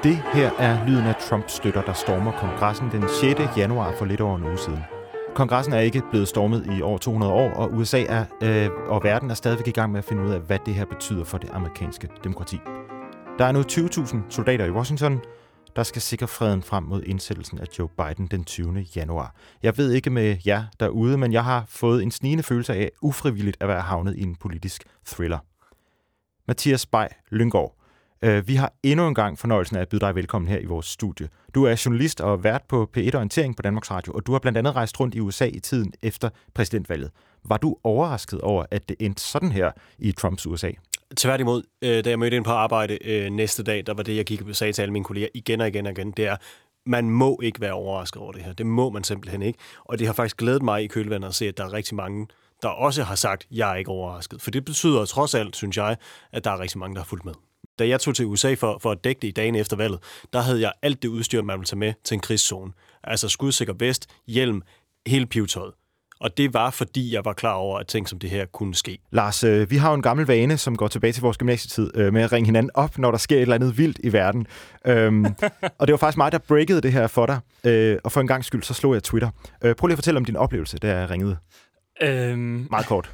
Det her er lyden af Trump-støtter, der stormer kongressen den 6. januar for lidt over en uge siden. Kongressen er ikke blevet stormet i over 200 år, og USA og verden er stadigvæk i gang med at finde ud af, hvad det her betyder for det amerikanske demokrati. Der er nu 20.000 soldater i Washington, der skal sikre freden frem mod indsættelsen af Joe Biden den 20. januar. Jeg ved ikke med jer derude, men jeg har fået en snigende følelse af ufrivilligt at være havnet i en politisk thriller. Mathias Bay Lynggaard, vi har endnu en gang fornøjelsen af at byde dig velkommen her i vores studie. Du er journalist og vært på P1 Orientering på Danmarks Radio, og du har blandt andet rejst rundt i USA i tiden efter præsidentvalget. Var du overrasket over, at det endte sådan her i Trumps USA? Tværtimod, da jeg mødte ind på arbejde næste dag, der var det, jeg gik og sagde til alle mine kolleger igen og igen, det er, man må ikke være overrasket over det her. Det må man simpelthen ikke. Og det har faktisk glædet mig i kølvandet at se, at der er rigtig mange, der også har sagt, jeg er ikke overrasket. For det betyder trods alt, synes jeg, at der er rigtig mange, der har fulgt med. Da jeg tog til USA for at dække det i dagen efter valget, der havde jeg alt det udstyr, man ville tage med til en krigszone. Altså skudsikker vest, hjelm, hele pivetøjet. Og det var, fordi jeg var klar over, at ting som det her kunne ske. Lars, vi har jo en gammel vane, som går tilbage til vores gymnasietid, med at ringe hinanden op, når der sker et eller andet vildt i verden. Og det var faktisk mig, der breakede det her for dig. Og for en gang skyld, så slog jeg Twitter. Prøv lige at fortælle om din oplevelse, da jeg ringede. Meget kort.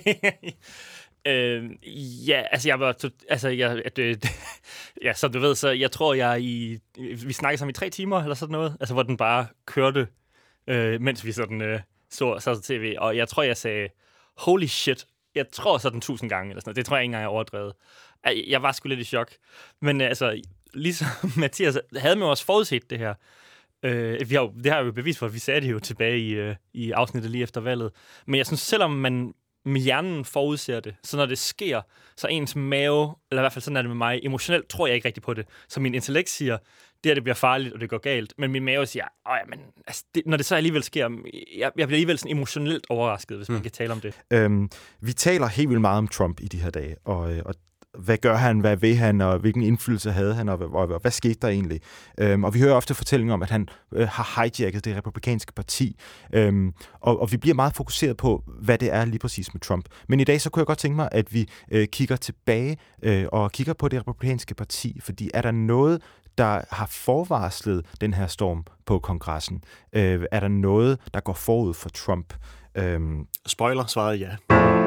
Ja, altså jeg var... som du ved, så jeg tror, vi snakkede sammen i 3 timer, eller sådan noget. Altså, hvor den bare kørte, mens vi sådan... så tv, og jeg tror, jeg sagde, holy shit, jeg tror sådan 1000 gange, eller sådan noget. Det tror jeg ikke engang, jeg overdrevet. Jeg var sgu lidt i chok. Men altså, ligesom Mathias, havde man jo også forudset det her. Det har jo bevis for, at vi sagde det jo tilbage i afsnittet lige efter valget. Men jeg synes, selvom man med hjernen forudser det, så når det sker, så ens mave, eller i hvert fald sådan er det med mig, emotionelt tror jeg ikke rigtig på det. Så min intellekt siger, det bliver farligt, og det går galt. Men min mave siger, men altså, når det så alligevel sker, jeg bliver alligevel sådan emotionelt overrasket, hvis man kan tale om det. Vi taler helt vildt meget om Trump i de her dage, og hvad gør han, hvad vil han, og hvilken indflydelse havde han, og hvad skete der egentlig? Og vi hører ofte fortællinger om, at han har hijacket det republikanske parti, og vi bliver meget fokuseret på, hvad det er lige præcis med Trump. Men i dag så kunne jeg godt tænke mig, at vi kigger tilbage og kigger på det republikanske parti, fordi er der noget, der har forvarslet den her storm på kongressen? Er der noget, der går forud for Trump? Spoiler, svarede ja.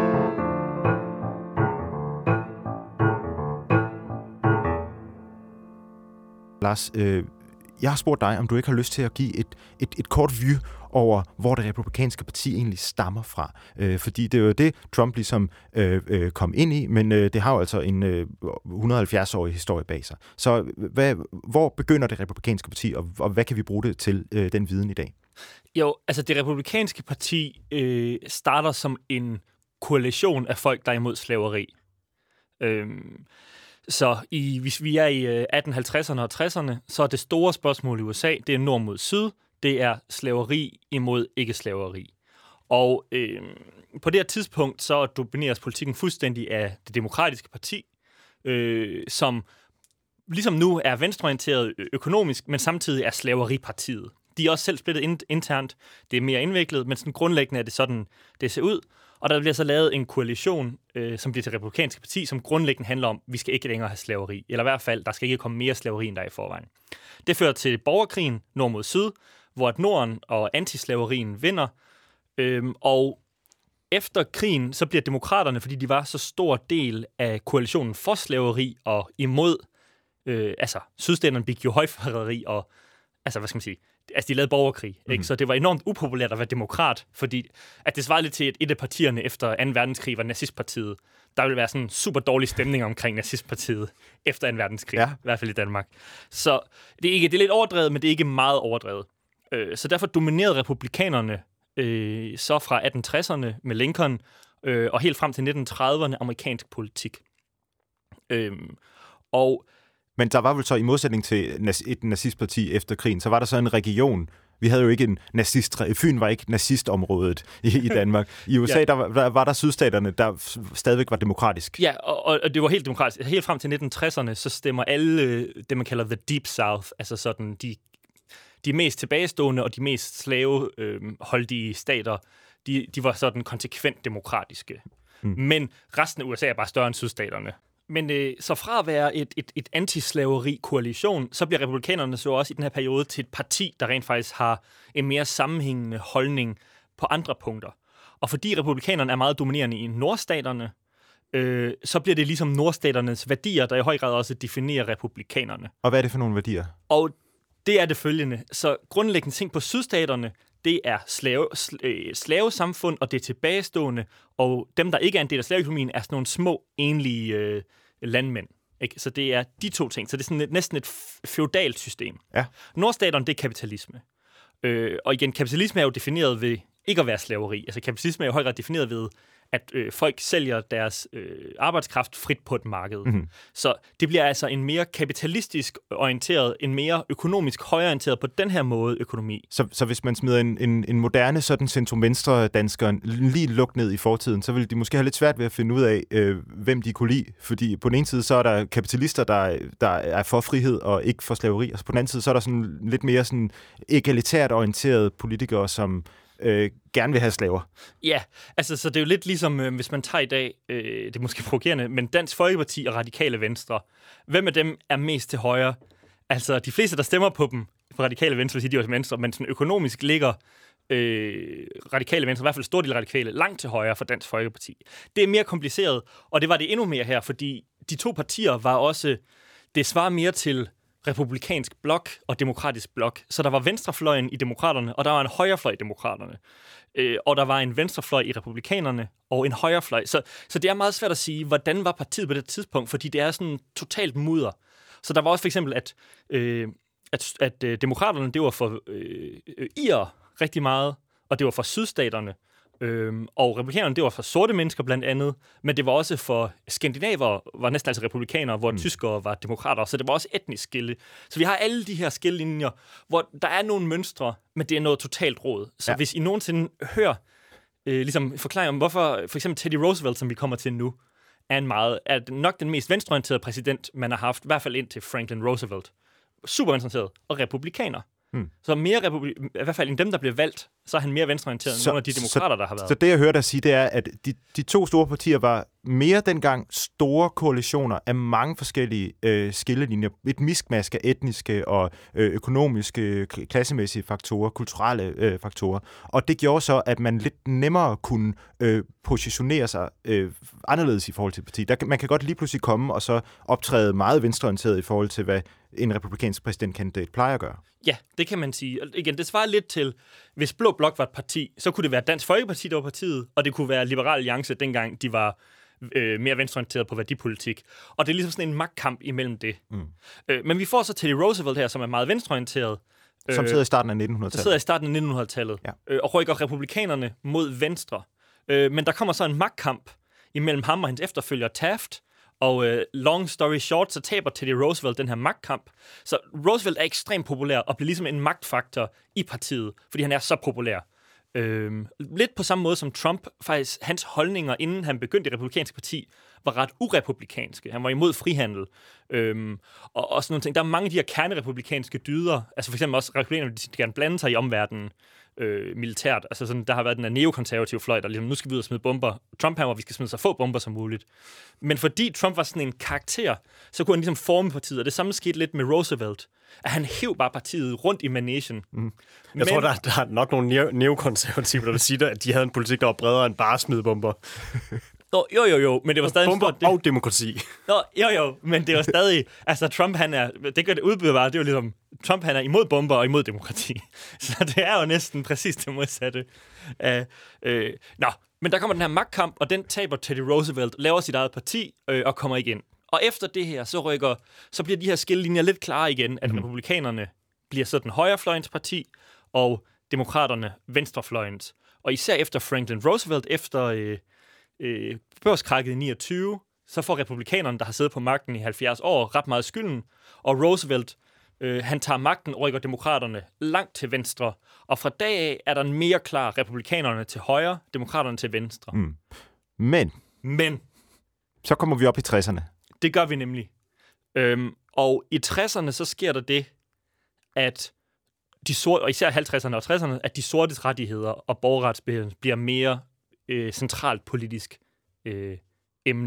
Lars, jeg har spurgt dig, om du ikke har lyst til at give et kort view over, hvor det republikanske parti egentlig stammer fra. Fordi det er jo det, Trump ligesom kom ind i, men det har jo altså en 170-årig historie bag sig. Så hvor begynder det republikanske parti, og hvad kan vi bruge det til, den viden i dag? Jo, altså det republikanske parti starter som en koalition af folk, der er imod slaveri. Så hvis vi er i 1850'erne og 60'erne, så er det store spørgsmål i USA, det er nord mod syd, det er slaveri imod ikke-slaveri. Og på det her tidspunkt, så domineres politikken fuldstændig af det demokratiske parti, som ligesom nu er venstreorienteret økonomisk, men samtidig er slaveripartiet. De er også selv splittet internt, det er mere indviklet, men sådan grundlæggende er det sådan, det ser ud. Og der bliver så lavet en koalition, som bliver til republikanske parti, som grundlæggende handler om, at vi skal ikke længere have slaveri. Eller i hvert fald, der skal ikke komme mere slaveri, end der er i forvejen. Det fører til borgerkrigen nord mod syd, hvor Norden og antislaverien vinder. Og efter krigen, så bliver demokraterne, fordi de var så stor del af koalitionen for slaveri og imod, sydstaterne begik jo højforræderi og, hvad skal man sige, de lavede borgerkrig, ikke? Så det var enormt upopulært at være demokrat, fordi at det svarede lidt til, at et af partierne efter 2. verdenskrig var nazistpartiet. Der ville være sådan en super dårlig stemning omkring nazistpartiet efter 2. verdenskrig, i hvert fald i Danmark. Så det er lidt overdrevet, men det er ikke meget overdrevet. Så derfor dominerede republikanerne så fra 1860'erne med Lincoln og helt frem til 1930'erne amerikansk politik. Men der var vel så, i modsætning til et nazistparti efter krigen, så var der så en region. Vi havde jo ikke en Fyn var ikke nazistområdet i Danmark. I USA, der var der sydstaterne, der stadigvæk var demokratisk. Ja, og det var helt demokratisk. Helt frem til 1960'erne, så stemmer alle det, man kalder the Deep South, altså sådan de mest tilbagestående og de mest slaveholdige stater, de var sådan konsekvent demokratiske. Men resten af USA er bare større end sydstaterne. Men så fra at være et antislaveri-koalition, så bliver republikanerne så også i den her periode til et parti, der rent faktisk har en mere sammenhængende holdning på andre punkter. Og fordi republikanerne er meget dominerende i nordstaterne, så bliver det ligesom nordstaternes værdier, der i høj grad også definerer republikanerne. Og hvad er det for nogle værdier? Og det er det følgende. Så grundlæggende ting på sydstaterne, det er slavesamfund, og det er tilbagestående, og dem, der ikke er en del af slaveøkonomien, er sådan nogle små, enlige landmænd. Ikke? Så det er de to ting. Så det er sådan næsten et feudalt system. Ja. Nordstaterne, det er kapitalisme. Og igen, kapitalisme er jo defineret ved ikke at være slaveri. Altså kapitalisme er jo i høj grad defineret ved, at folk sælger deres arbejdskraft frit på et marked. Mm-hmm. Så det bliver altså en mere kapitalistisk orienteret, en mere økonomisk højorienteret på den her måde økonomi. Så hvis man smider en moderne sådan centrum-venstre-dansker lige lukket ned i fortiden, så vil de måske have lidt svært ved at finde ud af, hvem de kunne lide. Fordi på den ene side, så er der kapitalister, der er for frihed og ikke for slaveri, og på den anden side, så er der sådan lidt mere sådan egalitært orienterede politikere, som gerne vil have slaver. Ja, altså så det er jo lidt ligesom, hvis man tager i dag, det er måske provokerende, men Dansk Folkeparti og Radikale Venstre, hvem af dem er mest til højre? Altså de fleste, der stemmer på dem, på Radikale Venstre, vil sige, de er til venstre, men sådan økonomisk ligger Radikale Venstre, i hvert fald stor del radikale, langt til højre for Dansk Folkeparti. Det er mere kompliceret, og det var det endnu mere her, fordi de to partier var også, det svarer mere til republikansk blok og demokratisk blok. Så der var venstrefløjen i demokraterne, og der var en højrefløj i demokraterne. Og der var en venstrefløj i republikanerne, og en højrefløj. Så det er meget svært at sige, hvordan var partiet på det tidspunkt, fordi det er sådan totalt mudder. Så der var også for eksempel, at demokraterne, det var for irer rigtig meget, og det var for sydstaterne. Og republikanerne, det var for sorte mennesker blandt andet, men det var også for skandinaver, var næsten altså republikanere, hvor tyskere var demokrater, så det var også etnisk skille. Så vi har alle de her skillelinjer, hvor der er nogle mønstre, men det er noget totalt råd. Så hvis I nogensinde hører ligesom forklaring om, hvorfor for eksempel Teddy Roosevelt, som vi kommer til nu, er nok den mest venstreorienterede præsident, man har haft, i hvert fald indtil Franklin Roosevelt. Super venstreorienteret, og republikaner. Så mere i hvert fald end dem, der bliver valgt, så er han mere venstreorienteret end nogle af de demokrater, der har været. Så det, jeg hørte dig sige, det er, at de to store partier var mere dengang store koalitioner af mange forskellige skillelinjer. Et miskmask af etniske og økonomiske, klassemæssige faktorer, kulturelle faktorer. Og det gjorde så, at man lidt nemmere kunne positionere sig anderledes i forhold til partiet. Man kan godt lige pludselig komme og så optræde meget venstreorienteret i forhold til, hvad en republikansk præsidentkandidat plejer at gøre. Ja, det kan man sige. Igen, det svarer lidt til, hvis Blå Blok var et parti, så kunne det være Dansk Folkeparti, der var partiet, og det kunne være Liberal Alliance, dengang de var mere venstreorienteret på værdipolitik. Og det er ligesom sådan en magtkamp imellem det. Men vi får så Teddy Roosevelt her, som er meget venstreorienteret. Som sidder i starten af 1900-tallet. Der sidder i starten af 1900-tallet, og rykker republikanerne mod venstre. Men der kommer så en magtkamp imellem ham og hans efterfølger Taft. Og long story short, så taber Teddy Roosevelt den her magtkamp. Så Roosevelt er ekstremt populær og bliver ligesom en magtfaktor i partiet, fordi han er så populær. Lidt på samme måde som Trump, faktisk hans holdninger, inden han begyndte i republikanske parti, var ret urepublikanske. Han var imod frihandel. Og sådan nogle ting. Der er mange af de her kernerepublikanske dyder. Altså for eksempel også republikanerne, de gerne blande sig i omverdenen militært. Altså sådan, der har været den her neokonservative fløj, der ligesom, nu skal vi ud og smide bomber. Trump var, vi skal smide så få bomber som muligt. Men fordi Trump var sådan en karakter, så kunne han ligesom forme partiet. Og det samme skete lidt med Roosevelt. At han hæv bare partiet rundt i managen. Jeg tror, der er nok nogle neokonservative, der vil sige, at de havde en politik, der var bredere end bare at smide bomber. Jo, men det var stadig... Bomber og demokrati. Jo, men det var stadig... Altså, Trump, han er... Det gør det udbyderbare, det er jo ligesom... Trump, han er imod bomber og imod demokrati. Så det er jo næsten præcis det modsatte. Men der kommer den her magtkamp, og den taber Teddy Roosevelt, laver sit eget parti og kommer igen. Og efter det her, så bliver de her skillelinjer lidt klare igen, at republikanerne bliver sådan højrefløjens parti, og demokraterne venstrefløjens. Og især efter Franklin Roosevelt, efter børskrakket i 29, så får republikanerne, der har siddet på magten i 70 år, ret meget skylden. Og Roosevelt, han tager magten og rykker demokraterne langt til venstre. Og fra dag af er der en mere klar republikanerne til højre, demokraterne til venstre. Men så kommer vi op i 60'erne. Det gør vi nemlig. Og i 60'erne, så sker der det, at de sorte, og især 50'erne og 60'erne, at de sortes rettigheder og borgerretsbevægelsen bliver mere centralt politisk emne.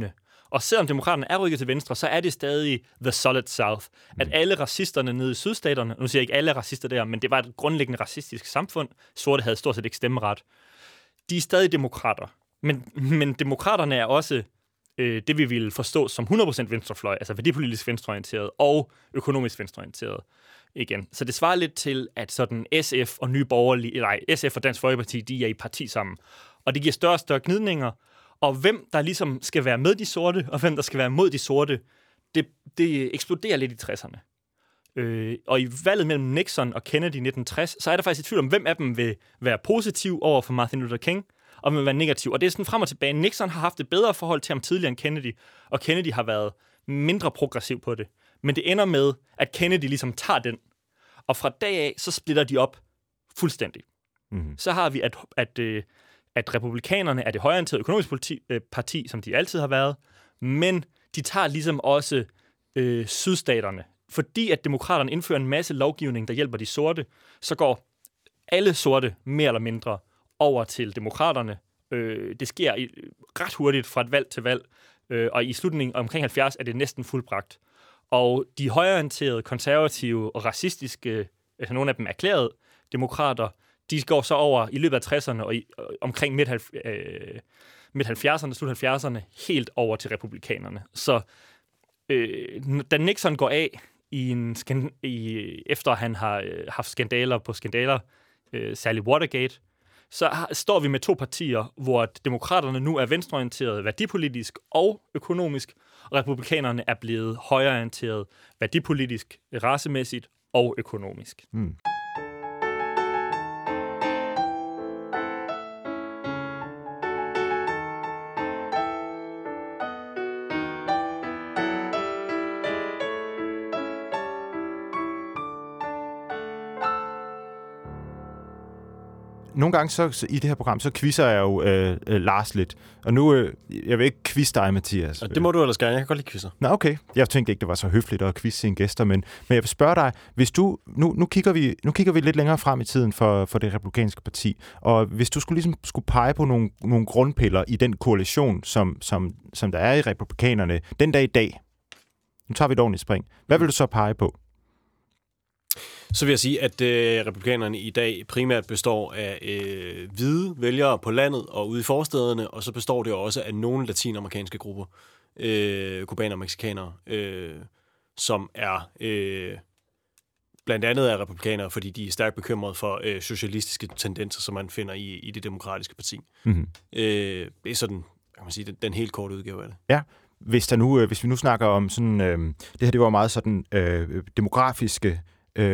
Og selvom demokraterne er rykket til venstre, så er det stadig the solid south. At alle racisterne nede i sydstaterne, nu siger jeg ikke alle racister der, men det var et grundlæggende racistisk samfund, sorte havde stort set ikke stemmeret, de er stadig demokrater. Men demokraterne er også det, vi vil forstå som 100% venstrefløj, altså værdipolitisk venstreorienteret og økonomisk venstreorienteret igen. Så det svarer lidt til, at sådan SF og Nye Borgerlige, SF og Dansk Folkeparti, de er i parti sammen. Og det giver større og større gnidninger, og hvem der ligesom skal være med de sorte, og hvem der skal være mod de sorte, det eksploderer lidt i 60'erne. Og i valget mellem Nixon og Kennedy i 1960, så er der faktisk et tvivl om, hvem af dem vil være positiv over for Martin Luther King, og vil være negativ. Og det er sådan frem og tilbage. Nixon har haft et bedre forhold til ham tidligere end Kennedy, og Kennedy har været mindre progressiv på det. Men det ender med, at Kennedy ligesom tager den, og fra dag af, så splitter de op fuldstændig. Mm-hmm. Så har vi, at republikanerne er det højreorienterede økonomiske parti, som de altid har været, men de tager ligesom også sydstaterne. Fordi at demokraterne indfører en masse lovgivning, der hjælper de sorte, så går alle sorte mere eller mindre over til demokraterne. Det sker ret hurtigt fra et valg til valg, og i slutningen omkring 70 er det næsten fuldbragt. Og de højreorienterede, konservative og racistiske, altså nogle af dem erklærede demokrater, de går så over i løbet af 60'erne og omkring midt 70'erne, slut 70'erne, helt over til republikanerne. Så da Nixon går af efter han har haft skandaler på skandaler, særligt Watergate, så står vi med to partier, hvor demokraterne nu er venstreorienteret værdipolitisk og økonomisk, og republikanerne er blevet højreorienteret værdipolitisk, racemæssigt og økonomisk. Mm. Nogle gange så i det her program, så quizzer jeg jo Lars lidt. Og nu, jeg vil ikke quizze dig, Mathias. Og det må du ellers gerne. Jeg kan godt lide quizzer. Nå, okay. Jeg tænkte ikke, det var så høfligt at quizze sine gæster, men jeg vil spørge dig, hvis du, nu kigger vi lidt længere frem i tiden for det republikanske parti, og hvis du skulle pege på nogle grundpiller i den koalition, som der er i republikanerne, den dag i dag, nu tager vi et ordentligt spring, hvad vil du så pege på? Så vil jeg sige, at republikanerne i dag primært består af hvide vælgere på landet og ude i forstederne, og så består det også af nogle latinamerikanske grupper, kubanere og mexikanere, som er blandt andet af republikanere, fordi de er stærkt bekymrede for socialistiske tendenser, som man finder i det demokratiske parti. Mm-hmm. Det er sådan, kan man sige, den helt korte udgave af det. Ja. Hvis vi nu snakker om sådan, det her det var meget sådan demografiske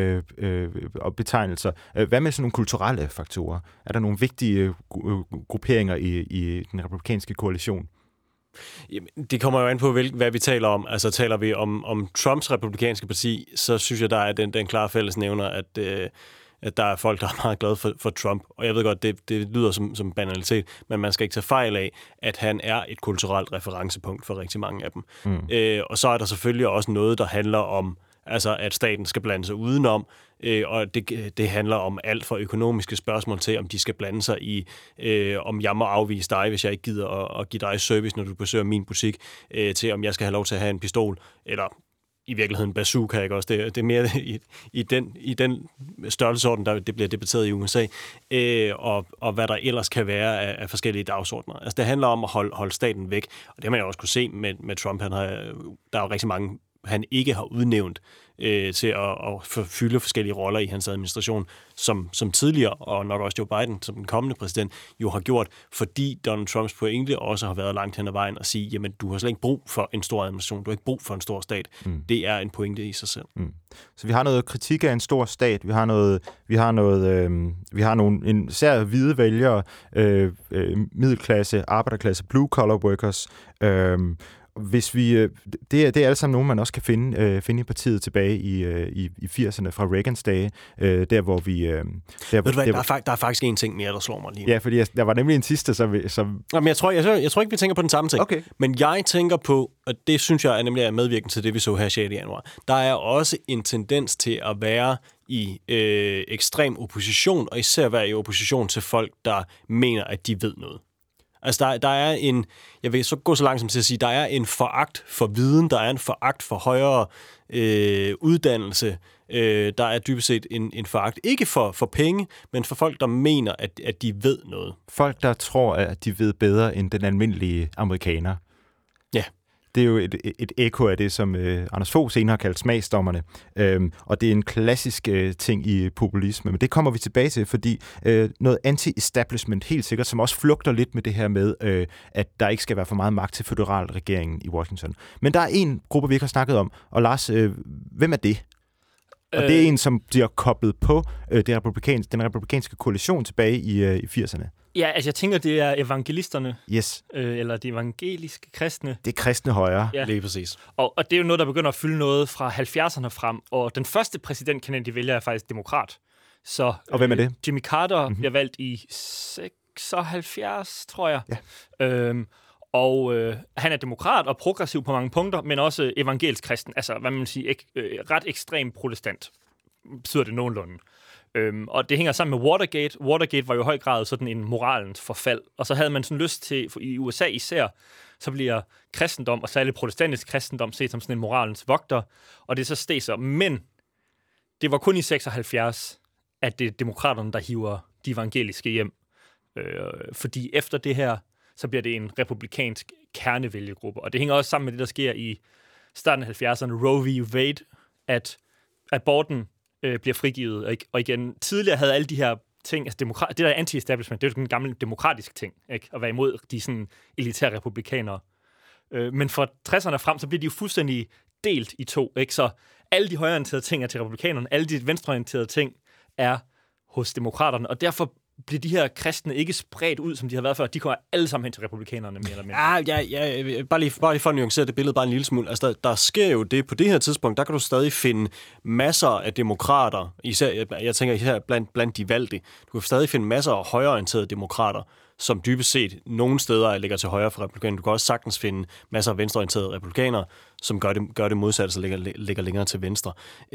og betegnelser. Hvad med sådan nogle kulturelle faktorer? Er der nogle vigtige grupperinger i den republikanske koalition? Jamen, det kommer jo an på, hvad vi taler om. Altså taler vi om Trumps republikanske parti, så synes jeg, der er den klare fællesnævner, at der er folk, der er meget glade for Trump. Og jeg ved godt, det lyder som banalitet, men man skal ikke tage fejl af, at han er et kulturelt referencepunkt for rigtig mange af dem. Mm. Og så er der selvfølgelig også noget, der handler om, altså at staten skal blande sig udenom, og det handler om alt fra økonomiske spørgsmål til, om de skal blande sig i, om jeg må afvise dig, hvis jeg ikke gider at give dig service, når du besøger min butik, til om jeg skal have lov til at have en pistol, eller i virkeligheden bazooka, ikke også? Det er mere i den størrelsesorden, der det bliver debatteret i USA, og hvad der ellers kan være af forskellige dagsordner. Altså det handler om at holde staten væk, og det har man jo også kunne se med Trump. Der er jo rigtig mange, han ikke har udnævnt til at fylde forskellige roller i hans administration, som tidligere, og nok også Joe Biden, som den kommende præsident, jo har gjort, fordi Donald Trumps pointe også har været langt hen ad vejen at sige, jamen, du har slet ikke brug for en stor administration, du har ikke brug for en stor stat. Mm. Det er en pointe i sig selv. Mm. Så vi har noget kritik af en stor stat, vi har nogle især hvide vælgere, middelklasse, arbejderklasse, blue-collar workers, hvis vi, det er alle sammen nogen, man også kan finde i partiet tilbage i 80'erne fra Reagans dage, der hvor vi... Der er faktisk en ting mere, der slår mig lige. Ja, fordi der var nemlig en sidste, som... Jamen, jeg tror ikke, vi tænker på den samme ting. Okay. Men jeg tænker på, og det synes jeg er nemlig er medvirkende til det, vi så her 6. januar, der er også en tendens til at være i ekstrem opposition, og især være i opposition til folk, der mener, at de ved noget. Altså, der er en, jeg vil så gå så langt som til at sige, der er en foragt for viden, der er en foragt for højere uddannelse, der er dybest set en foragt, ikke for penge, men for folk, der mener, at de ved noget. Folk, der tror, at de ved bedre end den almindelige amerikaner. Ja. Det er jo et ekko af det, som Anders Fogh senere kaldt smagsdommerne. Og det er en klassisk ting i populisme. Men det kommer vi tilbage til, fordi noget anti-establishment helt sikkert, som også flugter lidt med det her med, at der ikke skal være for meget magt til føderalregeringen i Washington. Men der er en gruppe, vi ikke har snakket om. Og Lars, hvem er det? Og det er en, som bliver koblet på den republikanske koalition tilbage i 80'erne. Ja, altså jeg tænker, det er evangelisterne. Yes. Eller de evangeliske kristne. Det er kristne højre. Ja. Lige præcis. Og det er jo noget, der begynder at fylde noget fra 70'erne frem. Og den første præsidentkandidat, de vælger, er faktisk demokrat. Så, og hvem er det? Jimmy Carter bliver valgt i 76, tror jeg. Ja. Han er demokrat og progressiv på mange punkter, men også evangelisk kristen. Altså, hvad man vil sige, ret ekstrem protestant, betyder det nogenlunde. Og det hænger sammen med Watergate. Watergate var jo i høj grad sådan en moralens forfald. Og så havde man sådan lyst til, i USA især, så bliver kristendom, og særligt protestantisk kristendom, set som sådan en moralens vogter. Og det er så steg sig. Men det var kun i 76, at det er demokraterne, der hiver de evangeliske hjem. Fordi efter det her, så bliver det en republikansk kernevælgergruppe. Og det hænger også sammen med det, der sker i starten af 70'erne, Roe v. Wade, at aborten bliver frigivet. Og igen, tidligere havde alle de her ting, altså det der anti-establishment, det er jo den gamle demokratiske ting, ikke? At være imod de sådan elitære republikanere. Men for 60'erne frem, så bliver de jo fuldstændig delt i to, ikke? Så alle de højreorienterede ting er til republikanerne, alle de venstreorienterede ting er hos demokraterne, og derfor bliver de her kristne ikke spredt ud, som de har været før. De kommer alle sammen hen til republikanerne, mere eller mindre. Ja, bare lige for at nuancere det billede bare en lille smule. Altså, der sker jo det, på det her tidspunkt, der kan du stadig finde masser af demokrater, især, jeg tænker især blandt de valgte. Du kan stadig finde masser af højreorienterede demokrater, som dybest set nogle steder ligger til højre for republikanerne. Du kan også sagtens finde masser af venstreorienterede republikanere, som gør det modsatte, så ligger længere til venstre.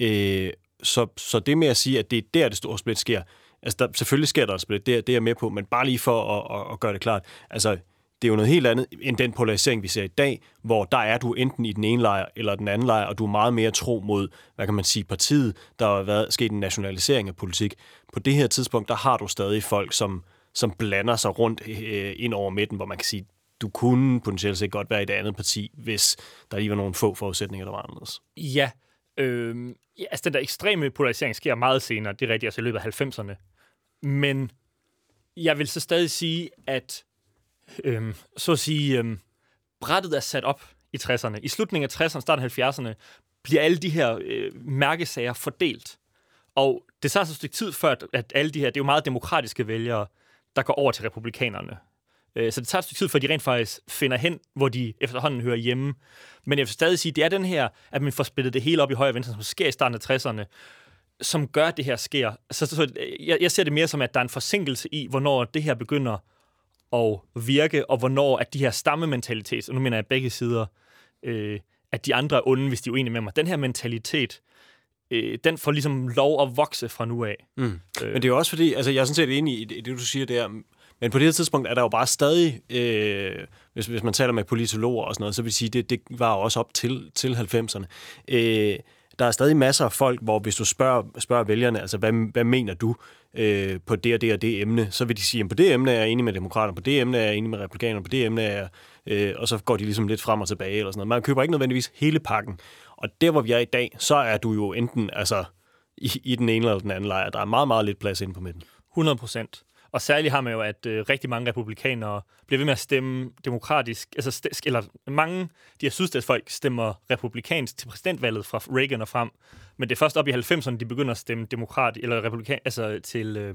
Så det med at sige, at det er der, det store split sker. Altså, selvfølgelig sker der et split, det er jeg med på, men bare lige for at gøre det klart. Altså, det er jo noget helt andet end den polarisering, vi ser i dag, hvor der er du enten i den ene lejr eller den anden lejr, og du er meget mere tro mod, hvad kan man sige, partiet. Der har sket en nationalisering af politik. På det her tidspunkt, der har du stadig folk, som blander sig rundt ind over midten, hvor man kan sige, du kunne potentielt set godt være i det andet parti, hvis der lige var nogle få forudsætninger, der var anderledes. Ja, altså den der ekstreme polarisering sker meget senere, det er rigtigt, altså i løbet af 90'erne. Men jeg vil så stadig sige, at brættet er sat op i 60'erne. I slutningen af 60'erne, starten af 70'erne, bliver alle de her mærkesager fordelt. Og det tager så et stykke tid før, at alle de her, det er jo meget demokratiske vælgere, der går over til republikanerne. Så det tager et stykke tid, før de rent faktisk finder hen, hvor de efterhånden hører hjemme. Men jeg vil stadig sige, det er den her, at man får splittet det hele op i højre og venstre, som sker i starten af 60'erne, som gør, at det her sker. Så jeg ser det mere som, at der er en forsinkelse i, hvornår det her begynder at virke, og hvornår at de her stammementalitet, og nu mener jeg begge sider, at de andre er onde, hvis de er uenige med mig. Den her mentalitet, den får ligesom lov at vokse fra nu af. Men det er jo også fordi, altså jeg er sådan set enig i det, du siger der, men på det her tidspunkt er der jo bare stadig, hvis man taler med politologer og sådan noget, så vil sige, det var også op til 90'erne. Der er stadig masser af folk, hvor hvis du spørger vælgerne, altså hvad mener du på det og det og det emne, så vil de sige, at på det emne er jeg enig med demokraterne, på det emne er jeg enig med republikanerne, på det emne er jeg, og så går de ligesom lidt frem og tilbage eller sådan noget. Man køber ikke nødvendigvis hele pakken. Og der, hvor vi er i dag, så er du jo enten altså i den ene eller den anden lejr. Der er meget, meget lidt plads inde på midten. 100%. Og særligt har man jo, at rigtig mange republikanere bliver ved med at stemme demokratisk, altså eller mange de her sydstatsfolk stemmer republikansk til præsidentvalget fra Reagan og frem, men det er først op i 90'erne, de begynder at stemme demokrat eller republikan, altså til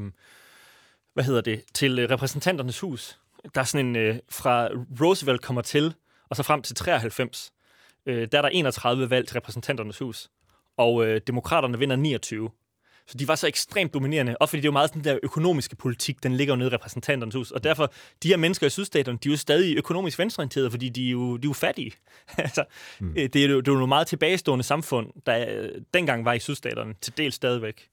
til repræsentanternes hus. Der er sådan en fra Roosevelt kommer til, og så frem til 93, der er der 31 valg til repræsentanternes hus, og demokraterne vinder 29. Så de var så ekstremt dominerende, og fordi det er jo meget sådan der økonomiske politik, den ligger jo nede i repræsentanternes hus, og derfor, de her mennesker i sydstaterne, de er jo stadig økonomisk venstreorienterede, fordi de er jo fattige. Altså, det er jo nogle meget tilbagestående samfund, der dengang var i sydstaterne, til dels stadigvæk.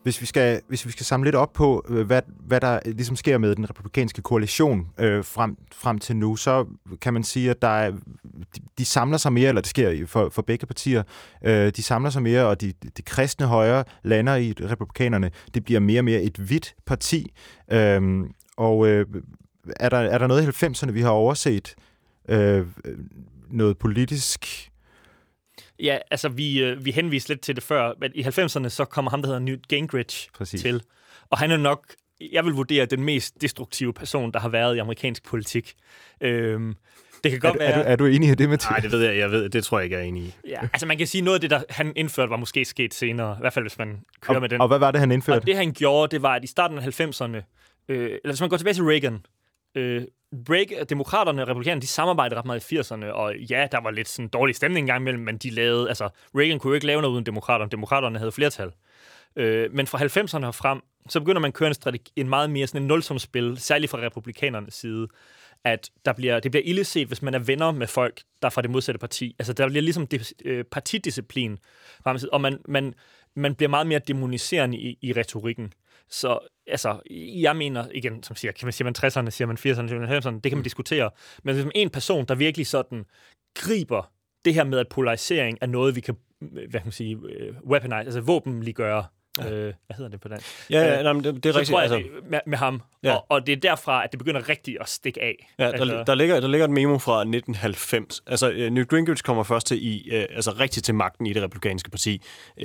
Hvis vi skal samle lidt op på, hvad der ligesom sker med den republikanske koalition frem til nu, så kan man sige, at de samler sig mere, eller det sker for begge partier, de samler sig mere, og de kristne højre lander i republikanerne. Det bliver mere og mere et hvidt parti. Er der noget i 90'erne, vi har overset? Noget politisk? Ja, altså vi henviste lidt til det før, men i 90'erne så kommer ham, der hedder Newt Gingrich til. Og han er nok, jeg vil vurdere, den mest destruktive person, der har været i amerikansk politik. Det kan godt være... Er du enig i det, Mathias? Nej, det ved jeg. Det tror jeg ikke, jeg er enig i. Ja, altså man kan sige, noget af det, der han indførte, var måske sket senere. I hvert fald, hvis man kører med den. Og hvad var det, han indførte? Og det, han gjorde, det var, at i starten af 90'erne, eller hvis man går tilbage til Reagan, demokraterne og republikanerne, de samarbejdede ret meget i 80'erne, og ja, der var lidt sådan dårlig stemning engang imellem, men de lavede, altså Reagan kunne jo ikke lave noget uden demokraterne. Demokraterne havde flertal. Men fra 90'erne og frem, så begynder man at køre en meget mere sådan en nulsumsspil, særligt fra republikanernes side, at det bliver illeset, hvis man er venner med folk, der er fra det modsatte parti. Altså, der bliver ligesom partidisciplin, og man bliver meget mere demoniserende i retorikken. Så altså, jeg mener, igen, som siger, kan man sige, man 60'erne, siger man 80'erne, 90'erne, det kan man diskutere. Men ligesom en person, der virkelig sådan griber det her med, at polarisering er noget, vi kan, hvad kan man sige, weaponize, altså våbenliggøre. Hvad hedder det på dansk? Det er rigtigt. Tror jeg, med ham. Ja. Og det er derfra, at det begynder rigtigt at stikke af. Ja, der ligger et memo fra 1990. Altså, Newt Gingrich kommer først til rigtig til magten i det republikanske parti,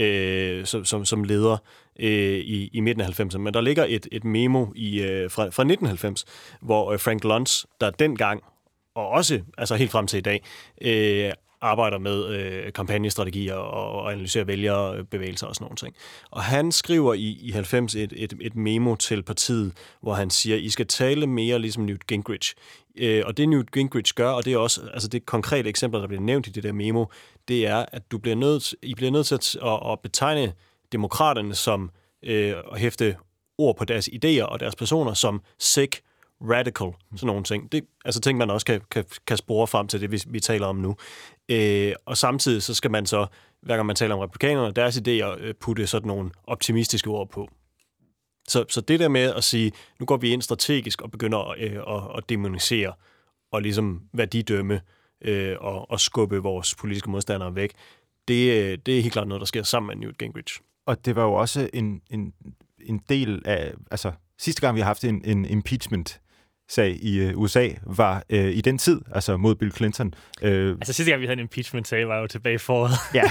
som leder i midten af 90'erne. Men der ligger et memo fra 1990, hvor Frank Luntz, der dengang, og også altså helt frem til i dag, arbejder med kampagnestrategier og analyserer vælgerbevægelser og sådan nogle ting. Og han skriver i 90 et memo til partiet, hvor han siger, I skal tale mere ligesom Newt Gingrich. Og det Newt Gingrich gør, og det er også altså det konkrete eksempel, der bliver nævnt i det der memo, det er, at I bliver nødt til at betegne demokraterne som at hæfte ord på deres idéer og deres personer som sick, radical, sådan nogle ting. Det altså ting, man også kan spore frem til det, vi taler om nu. Og samtidig så skal man så, hver gang man taler om republikanerne, deres idéer, putte sådan nogle optimistiske ord på. Så det der med at sige, nu går vi ind strategisk og begynder at demonisere og ligesom værdidømme og skubbe vores politiske modstandere væk, det er helt klart noget, der sker sammen med Newt Gingrich. Og det var jo også en del af, altså sidste gang vi har haft en impeachment-sag i USA, var i den tid, altså mod Bill Clinton. Altså sidste gang vi havde en impeachment-sag, var jo tilbage i foråret. Ja.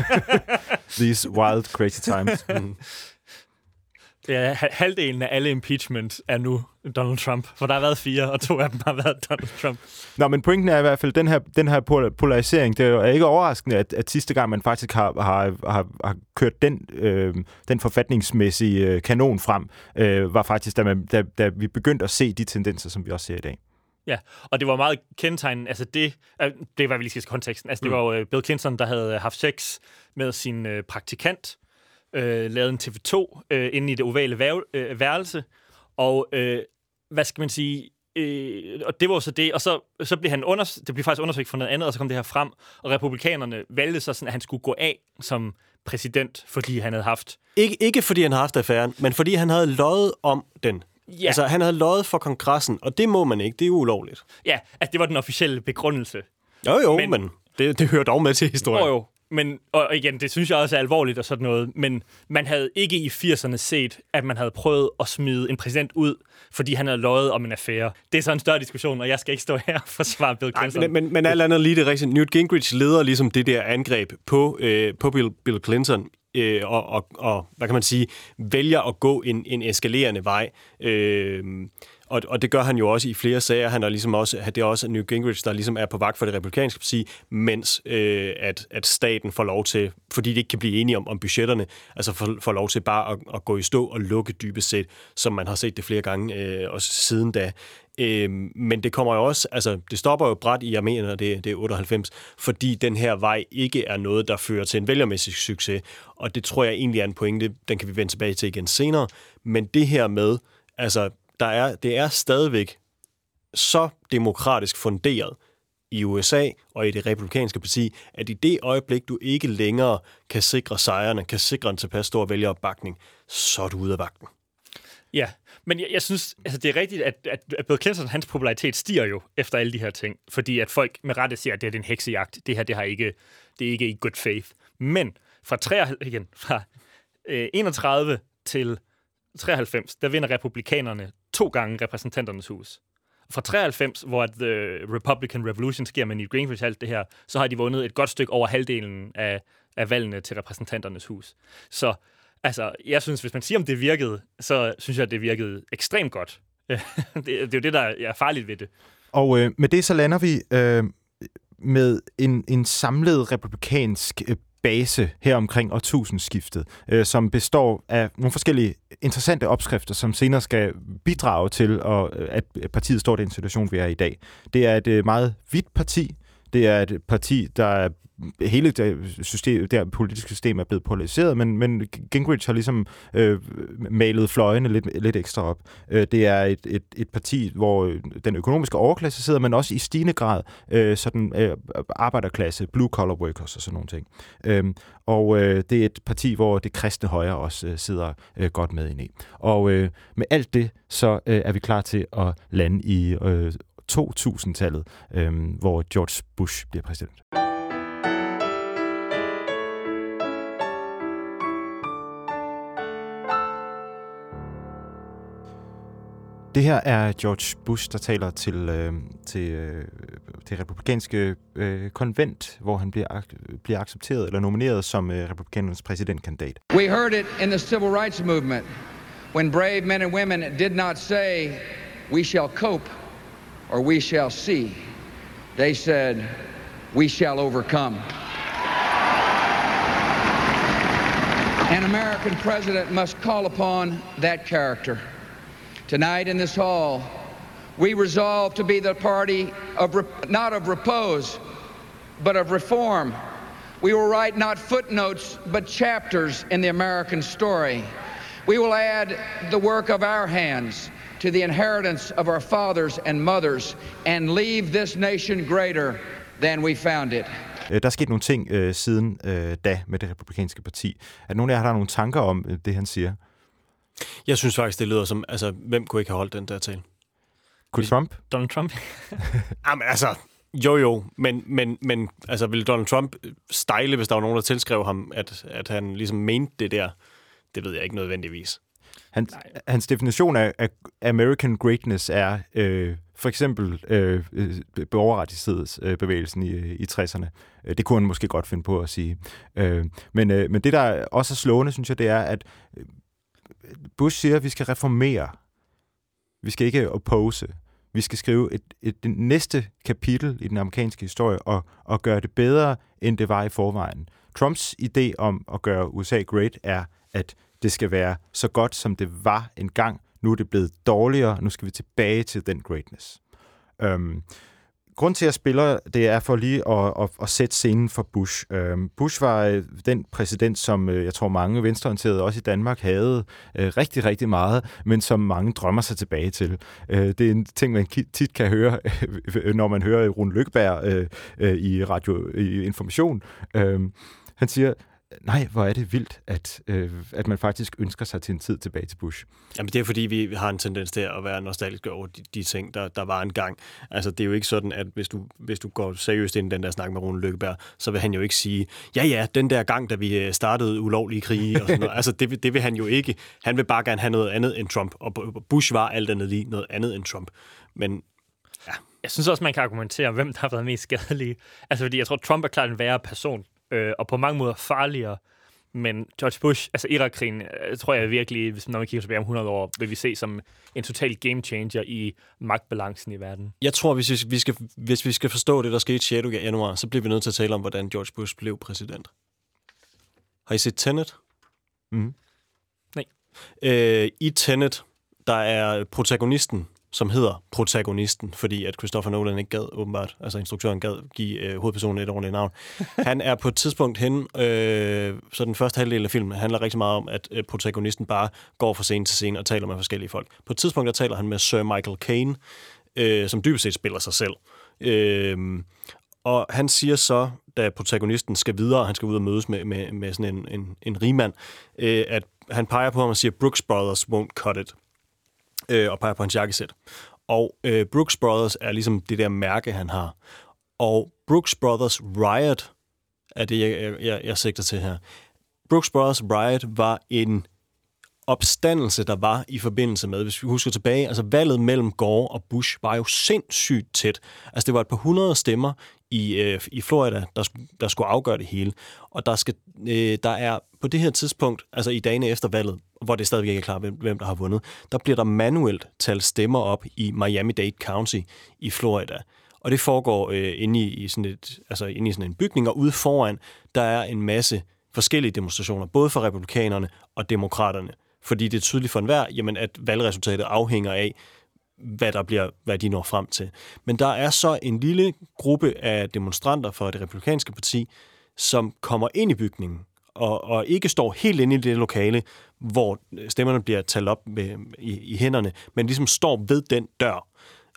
These wild, crazy times. Ja, halvdelen af alle impeachment er nu Donald Trump, for der har været 4, og 2 af dem har været Donald Trump. Nå, men pointen er i hvert fald, den her polarisering, det er jo ikke overraskende, at sidste gang man faktisk har kørt den forfatningsmæssige kanon frem, var faktisk, da vi begyndte at se de tendenser, som vi også ser i dag. Ja, og det var meget kendetegnende, altså det var vel lige skal konteksten, altså det var jo Bill Clinton, der havde haft sex med sin praktikant, lavede en TV2 inde i det ovale værelse, og hvad skal man sige, og det var så det, og så blev det blev faktisk undersøgt for noget andet, og så kom det her frem, og republikanerne valgte så sådan, at han skulle gå af som præsident, fordi han havde haft... Ikke fordi han havde haft affæren, men fordi han havde løjet om den. Ja. Altså, han havde løjet for kongressen, og det må man ikke, det er ulovligt. Ja, altså det var den officielle begrundelse. Jo, men det hører dog med til historien. Jo. Men, og igen, det synes jeg også er alvorligt og sådan noget, men man havde ikke i 80'erne set, at man havde prøvet at smide en præsident ud, fordi han havde løjet om en affære. Det er så en større diskussion, og jeg skal ikke stå her og forsvare Bill Clinton. Men alt andet lige det rigtigt. Newt Gingrich leder ligesom det der angreb på Bill Clinton, og hvad kan man sige, vælger at gå en eskalerende vej. Og det gør han jo også i flere sager. Han er ligesom også, det er også Newt Gingrich, der ligesom er på vagt for det republikanske parti, mens at staten får lov til, fordi de ikke kan blive enige om budgetterne, altså får lov til bare at gå i stå og lukke dybest set, som man har set det flere gange også siden da. Men det kommer jo også, altså det stopper jo brat i, jeg mener, det er 98, fordi den her vej ikke er noget, der fører til en vælgermæssig succes. Og det tror jeg egentlig er en pointe, den kan vi vende tilbage til igen senere. Men det her med, altså det er stadigvæk så demokratisk funderet, i USA og i det republikanske parti, at i det øjeblik, du ikke længere kan sikre sejrene, kan sikre en tilpas stor vælgeropbakning, så er du ude af vagten. Ja, men jeg synes, altså det er rigtigt, at Bill Clinton, hans popularitet stiger jo efter alle de her ting, fordi at folk med rette siger, at det er en heksejagt. Det her, det er ikke i good faith. Men fra 31 til 93, der vinder republikanerne 2 gange repræsentanternes hus. Fra 93, hvor The Republican Revolution sker med Newt Gingrich alt det her, så har de vundet et godt stykke over halvdelen af valgene til repræsentanternes hus. Så altså, jeg synes, hvis man siger, om det virkede, så synes jeg, at det virkede ekstremt godt. Det er jo det, der er farligt ved det. Og med det så lander vi med en samlet republikansk base her omkring årtusindskiftet, som består af nogle forskellige interessante opskrifter, som senere skal bidrage til, at partiet står i den situation, vi er i dag. Det er et meget hvidt parti. Det er et parti, der er hele det politiske system er blevet polariseret, men Gingrich har ligesom malet fløjene lidt ekstra op. Det er et parti, hvor den økonomiske overklasse sidder, men også i stigende grad sådan arbejderklasse, blue-collar workers og sådan nogle ting. Og det er et parti, hvor det kristne højre også sidder godt med ind i. Og med alt det, så er vi klar til at lande i 2000-tallet, hvor George Bush bliver præsident. Det her er George Bush, der taler til det republikanske konvent, hvor han bliver accepteret eller nomineret som republikanernes præsidentkandidat. We heard it in the civil rights movement, when brave men and women did not say, we shall cope or we shall see. They said, we shall overcome. An American president must call upon that character. Tonight in this hall, we resolve to be the party of not of repose, but of reform. We will write not footnotes, but chapters in the American story. We will add the work of our hands to the inheritance of our fathers and mothers and leave this nation greater than we found it. Der er sket nogle ting siden da med det republikanske parti. Er nogen af jer, der har nogle tanker om det, han siger? Jeg synes faktisk, det lyder som, altså, hvem kunne ikke have holdt den der tale? Kunne Trump? Donald Trump? Jamen altså, jo, men altså, ville Donald Trump stejle, hvis der var nogen, der tilskrev ham, at han ligesom mente det der? Det ved jeg ikke nødvendigvis. Hans definition af American greatness er for eksempel borgerrettighedsbevægelsen i 60'erne. Det kunne han måske godt finde på at sige. Men det, der også er slående, synes jeg, det er, at Bush siger, at vi skal reformere. Vi skal ikke oppose. Vi skal skrive et næste kapitel i den amerikanske historie og gøre det bedre, end det var i forvejen. Trumps idé om at gøre USA great er, at det skal være så godt, som det var engang. Nu er det blevet dårligere, nu skal vi tilbage til den greatness. Grund til, at jeg spiller, det er for lige at sætte scenen for Bush. Bush var den præsident, som jeg tror mange venstreorienterede også i Danmark havde rigtig, rigtig meget, men som mange drømmer sig tilbage til. Det er en ting, man tit kan høre, når man hører Rune Lykkeberg i Radio i Information. Han siger, nej, hvor er det vildt, at man faktisk ønsker sig til en tid tilbage til Bush. Jamen det er fordi, vi har en tendens til at være nostalgiske over de ting, der var engang. Altså det er jo ikke sådan, at hvis du går seriøst ind i den der snak med Rune Lykkeberg, så vil han jo ikke sige, ja, den der gang, da vi startede ulovlige krige og sådan noget. Altså det vil han jo ikke. Han vil bare gerne have noget andet end Trump, og Bush var alt andet lige noget andet end Trump. Men ja. Jeg synes også, man kan argumentere, hvem der har været mest skadelig. Altså fordi jeg tror, Trump er klart en værre person, og på mange måder farligere. Men George Bush, altså Irak-krigen, tror jeg virkelig, når man kigger tilbage om 100 år, vil vi se som en total game changer i magtbalancen i verden. Jeg tror, hvis vi skal forstå det, der skete 6. januar, så bliver vi nødt til at tale om, hvordan George Bush blev præsident. Har I set Tenet? Mm. Nej. I Tenet, der er protagonisten, som hedder protagonisten, fordi at Christopher Nolan ikke gad, åbenbart, altså instruktøren gad give hovedpersonen et ordentligt navn. Han er på et tidspunkt hen, så den første halvdel af filmen handler rigtig meget om, at protagonisten bare går fra scene til scene og taler med forskellige folk. På et tidspunkt, der taler han med Sir Michael Caine, som dybest set spiller sig selv. Og han siger så, da protagonisten skal videre, han skal ud og mødes med sådan en rigmand, at han peger på ham og siger, Brooks Brothers won't cut it, og peger på hans jakkesæt. Og Brooks Brothers er ligesom det der mærke, han har. Og Brooks Brothers Riot er det, jeg sigter til her. Brooks Brothers Riot var en opstandelse, der var i forbindelse med, hvis vi husker tilbage, altså valget mellem Gore og Bush var jo sindssygt tæt. Altså det var et par 100 stemmer i Florida, der skulle afgøre det hele. Og der er på det her tidspunkt, altså i dagene efter valget, hvor det stadigvæk ikke er klart, hvem der har vundet, der bliver der manuelt talt stemmer op i Miami-Dade County i Florida. Og det foregår inde i sådan en bygning, og ude foran, der er en masse forskellige demonstrationer, både for republikanerne og demokraterne. Fordi det er tydeligt for enhver, jamen, at valgresultatet afhænger af, hvad de når frem til. Men der er så en lille gruppe af demonstranter for det republikanske parti, som kommer ind i bygningen, og ikke står helt inde i det lokale, hvor stemmerne bliver talt op i hænderne, men ligesom står ved den dør.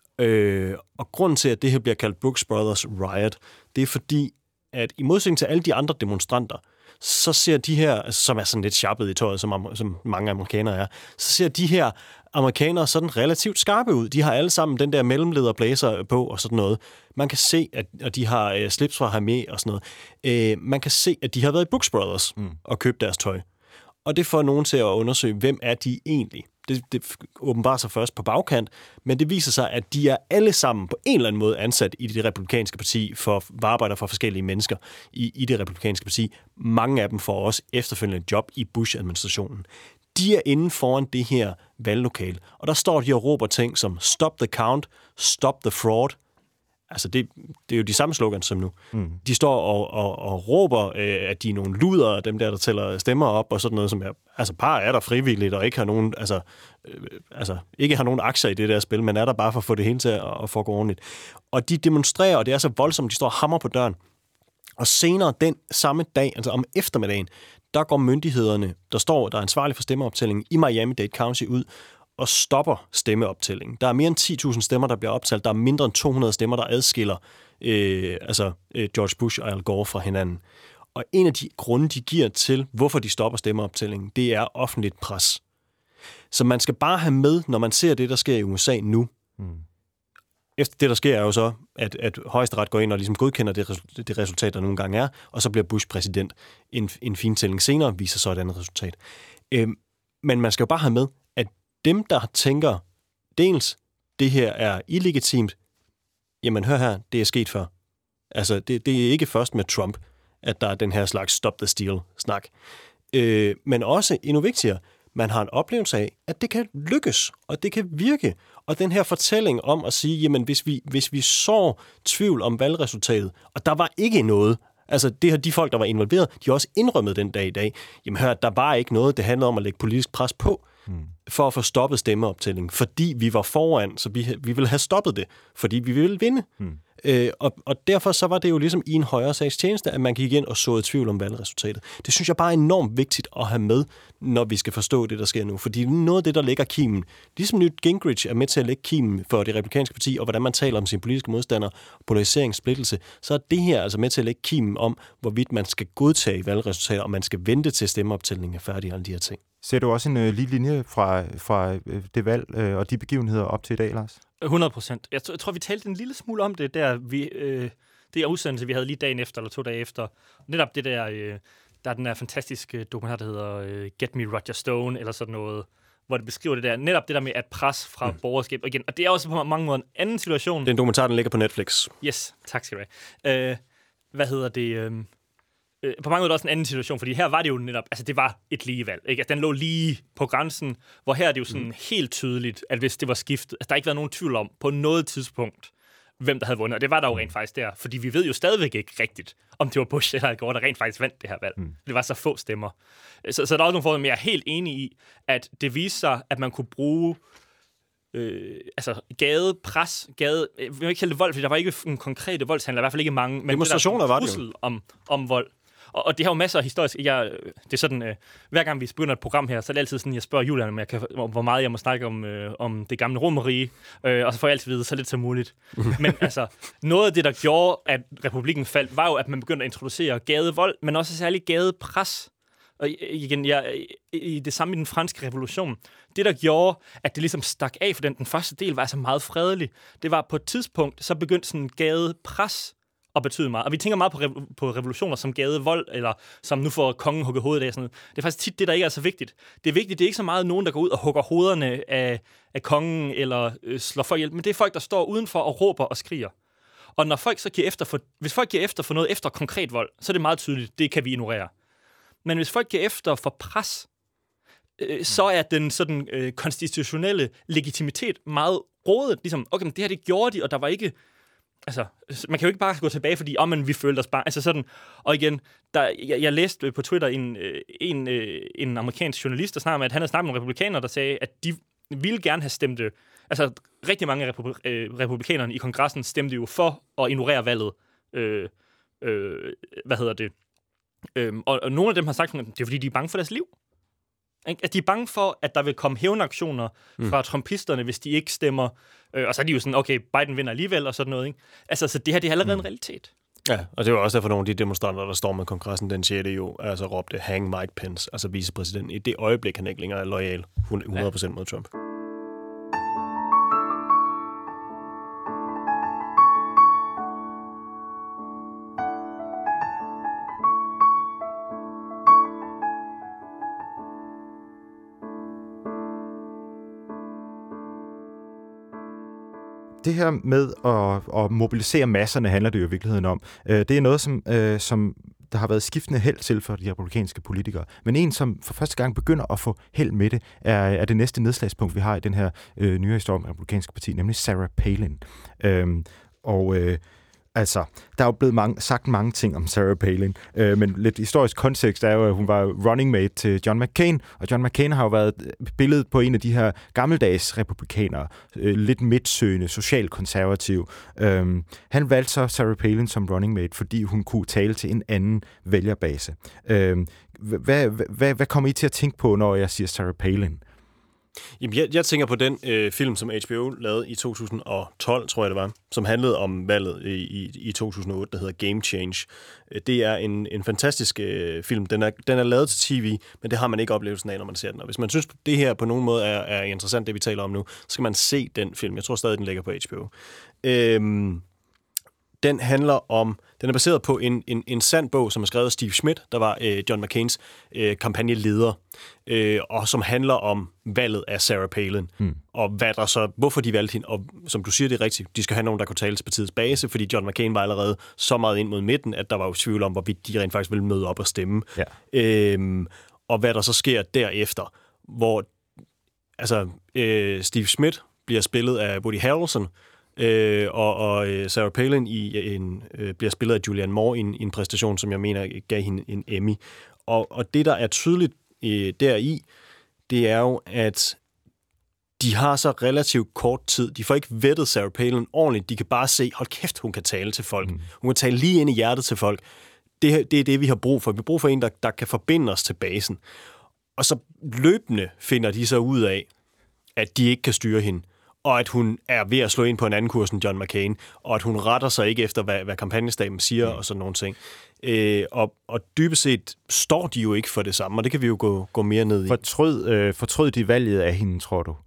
Og grunden til, at det her bliver kaldt Brooks Brothers Riot, det er fordi, at i modsætning til alle de andre demonstranter, så ser de her, altså, som er sådan lidt sharpet i tøjet, som mange amerikanere er, så ser de her amerikanere sådan relativt skarpe ud. De har alle sammen den der mellemlederblæser på og sådan noget. Man kan se, at de har slips fra Hermé og sådan noget. Man kan se, at de har været i Brooks Brothers og købt deres tøj. Og det får nogen til at undersøge, hvem er de egentlig. Det åbenbarer sig først på bagkant, men det viser sig, at de er alle sammen på en eller anden måde ansat i det republikanske parti for arbejder for forskellige mennesker i det republikanske parti. Mange af dem får også efterfølgende job i Bush-administrationen. De er inde foran det her valglokale, og der står de og råber ting som stop the count, stop the fraud. Altså, det er jo de samme slogans som nu. De står og råber, at de er nogle luder, dem der tæller stemmer op, og sådan noget, som par er der frivilligt, og ikke har nogen, ikke har nogen aktier i det der spil, men er der bare for at få det hele til at foregå ordentligt. Og de demonstrerer, og det er så voldsomt, de står og hamrer på døren. Og senere den samme dag, altså om eftermiddagen, der går myndighederne, der er ansvarlig for stemmeoptællingen i Miami-Dade County ud, og stopper stemmeoptællingen. Der er mere end 10.000 stemmer, der bliver optalt. Der er mindre end 200 stemmer, der adskiller George Bush og Al Gore fra hinanden. Og en af de grunde, de giver til, hvorfor de stopper stemmeoptællingen, det er offentligt pres. Så man skal bare have med, når man ser det, der sker i USA nu. Efter det, der sker, er jo så, at højesteret går ind og ligesom godkender det resultat, der nogle gange er, og så bliver Bush præsident. En fintælling senere viser så et andet resultat. Men man skal jo bare have med, dem, der tænker, dels, det her er illegitimt, jamen hør her, det er sket før. Altså, det er ikke først med Trump, at der er den her slags stop the steal-snak. Men også, endnu vigtigere, man har en oplevelse af, at det kan lykkes, og det kan virke. Og den her fortælling om at sige, jamen hvis vi så tvivl om valgresultatet, og der var ikke noget, altså det her, de folk, der var involveret, de har også indrømmet den dag i dag, jamen hør, der var ikke noget, det handlede om at lægge politisk pres på, for at få stoppet stemmeoptællingen, fordi vi var foran, så vi ville have stoppet det, fordi vi ville vinde. Og derfor så var det jo ligesom i en højere sags tjeneste, at man gik ind og såede tvivl om valgresultatet. Det synes jeg bare er enormt vigtigt at have med, når vi skal forstå det, der sker nu. Fordi noget af det, der lægger kimen, ligesom Newt Gingrich er med til at lægge kimen for det republikanske parti, og hvordan man taler om sine politiske modstandere, polarisering, splittelse, så er det her altså med til at lægge kimen om, hvorvidt man skal godtage valgresultater, og man skal vente til stemmeoptællingen er færdig, og alle de her ting. Ser du også en lige linje fra det valg og de begivenheder op til i dag, Lars? 100%. Jeg tror, vi talte en lille smule om det der, det er udsendelse, vi havde lige dagen efter, eller 2 dage efter. Netop det der, der er den der fantastiske dokumentar, der hedder Get Me Roger Stone, eller sådan noget, hvor det beskriver det der, netop det der med at pres fra borgerskab. Og igen, og det er også på mange måder en anden situation. Den dokumentar, den ligger på Netflix. Yes, tak skal du have. På mange måder også en anden situation, fordi her var det jo netop, altså det var et ligevalg, ikke? Altså den lå lige på grænsen, hvor her er det jo sådan helt tydeligt, at hvis det var skiftet, altså der har ikke været nogen tvivl om på noget tidspunkt, hvem der havde vundet, og det var der jo rent faktisk der, fordi vi ved jo stadigvæk ikke rigtigt, om det var Bush eller Al Gore, der rent faktisk vandt det her valg. Det var så få stemmer. Så der er også nogle forhold, men jeg er helt enig i, at det viser sig, at man kunne bruge gadepres, jeg vil ikke kalde det vold, fordi der var ikke en konkrete voldshandler, i hvert fald ikke mange, men demonstrationer var det om vold. Og det har jo masser af historisk... det er sådan, hver gang vi begynder et program her, så er det altid sådan, jeg spørger Julian, hvor meget jeg må snakke om det gamle Romerrige, og så får jeg altid vide så lidt som muligt. Men altså, noget af det, der gjorde, at republikken faldt, var jo, at man begyndte at introducere gadevold, men også særligt gadepres. Og igen, i det samme i den franske revolution. Det, der gjorde, at det ligesom stak af, for den første del var altså meget fredelig, det var på et tidspunkt, så begyndte sådan gadepres at betyde meget. Og vi tænker meget på revolutioner som gadevold, eller som nu får kongen hugget hovedet af. Sådan noget. Det er faktisk tit det, der ikke er så vigtigt. Det er vigtigt, det er ikke så meget nogen, der går ud og hugger hovederne af kongen, eller slår folk ihjel, men det er folk, der står udenfor og råber og skriger. Og når folk så giver efter hvis folk giver efter for noget efter konkret vold, så er det meget tydeligt, det kan vi ignorere. Men hvis folk giver efter for pres, så er den sådan konstitutionelle legitimitet meget rådet. Ligesom, okay, men det her det gjorde de, og der var ikke... Altså, man kan jo ikke bare gå tilbage, fordi men vi følte os bare... Altså sådan... Og igen, jeg læste på Twitter en amerikansk journalist, der snakkede med, at han havde snakket med republikanere, der sagde, at de ville gerne have stemt... Altså, rigtig mange af republikanerne i kongressen stemte jo for at ignorere valget. Og nogle af dem har sagt, at det er fordi, de er bange for deres liv. At de er bange for, at der vil komme hævnaktioner fra trumpisterne, hvis de ikke stemmer. Og så er de jo sådan, okay, Biden vinder alligevel, og sådan noget. Ikke? Altså, så det her, det er allerede en realitet. Ja, og det var også derfor nogle af de demonstranter, der stormede kongressen den 6. jo, altså råbte, hang Mike Pence, altså vicepræsidenten. I det øjeblik, han ikke længere er loyal 100% mod Trump. Det her med at mobilisere masserne handler det jo i virkeligheden om. Det er noget, som der har været skiftende held til for de republikanske politikere. Men en, som for første gang begynder at få held med det, er det næste nedslagspunkt, vi har i den her nye historie om det republikanske parti, nemlig Sarah Palin. Altså, der er jo blevet sagt mange ting om Sarah Palin, men lidt historisk kontekst er jo, at hun var running mate til John McCain, og John McCain har jo været billedet på en af de her gammeldags republikanere, lidt midtsøgende, socialkonservativ. Han valgte så Sarah Palin som running mate, fordi hun kunne tale til en anden vælgerbase. Hvad kommer I til at tænke på, når jeg siger Sarah Palin? Jamen, jeg tænker på den film, som HBO lavede i 2012, tror jeg det var, som handlede om valget i 2008, der hedder Game Change. Det er en fantastisk film. Den er lavet til tv, men det har man ikke oplevelsen af, når man ser den. Og hvis man synes, det her på nogen måde er interessant, det vi taler om nu, så skal man se den film. Jeg tror stadig, den ligger på HBO. Den er baseret på en sand bog, som er skrevet af Steve Schmidt, der var John McCains kampagneleder, og som handler om valget af Sarah Palin, og hvorfor de valgte hende, og som du siger, det er rigtigt, de skal have nogen, der kunne tale til partiets base, fordi John McCain var allerede så meget ind mod midten, at der var jo tvivl om, hvorvidt de rent faktisk ville møde op og stemme. Ja. Og hvad der så sker derefter, hvor Steve Schmidt bliver spillet af Woody Harrelson, og Sarah Palin bliver spillet af Julianne Moore i en præstation, som jeg mener gav hende en Emmy. Og det, der er tydeligt deri, det er jo, at de har så relativt kort tid. De får ikke vettet Sarah Palin ordentligt. De kan bare se, hold kæft, hun kan tale til folk. Hun kan tale lige ind i hjertet til folk. Det er det, vi har brug for. Vi har brug for en, der kan forbinde os til basen. Og så løbende finder de så ud af, at de ikke kan styre hende, og at hun er ved at slå ind på en anden kurs end John McCain, og at hun retter sig ikke efter, hvad kampagnestaben siger, og sådan nogle ting. Og dybest set står de jo ikke for det samme, og det kan vi jo gå mere ned i. Fortrød de valget af hende, tror du?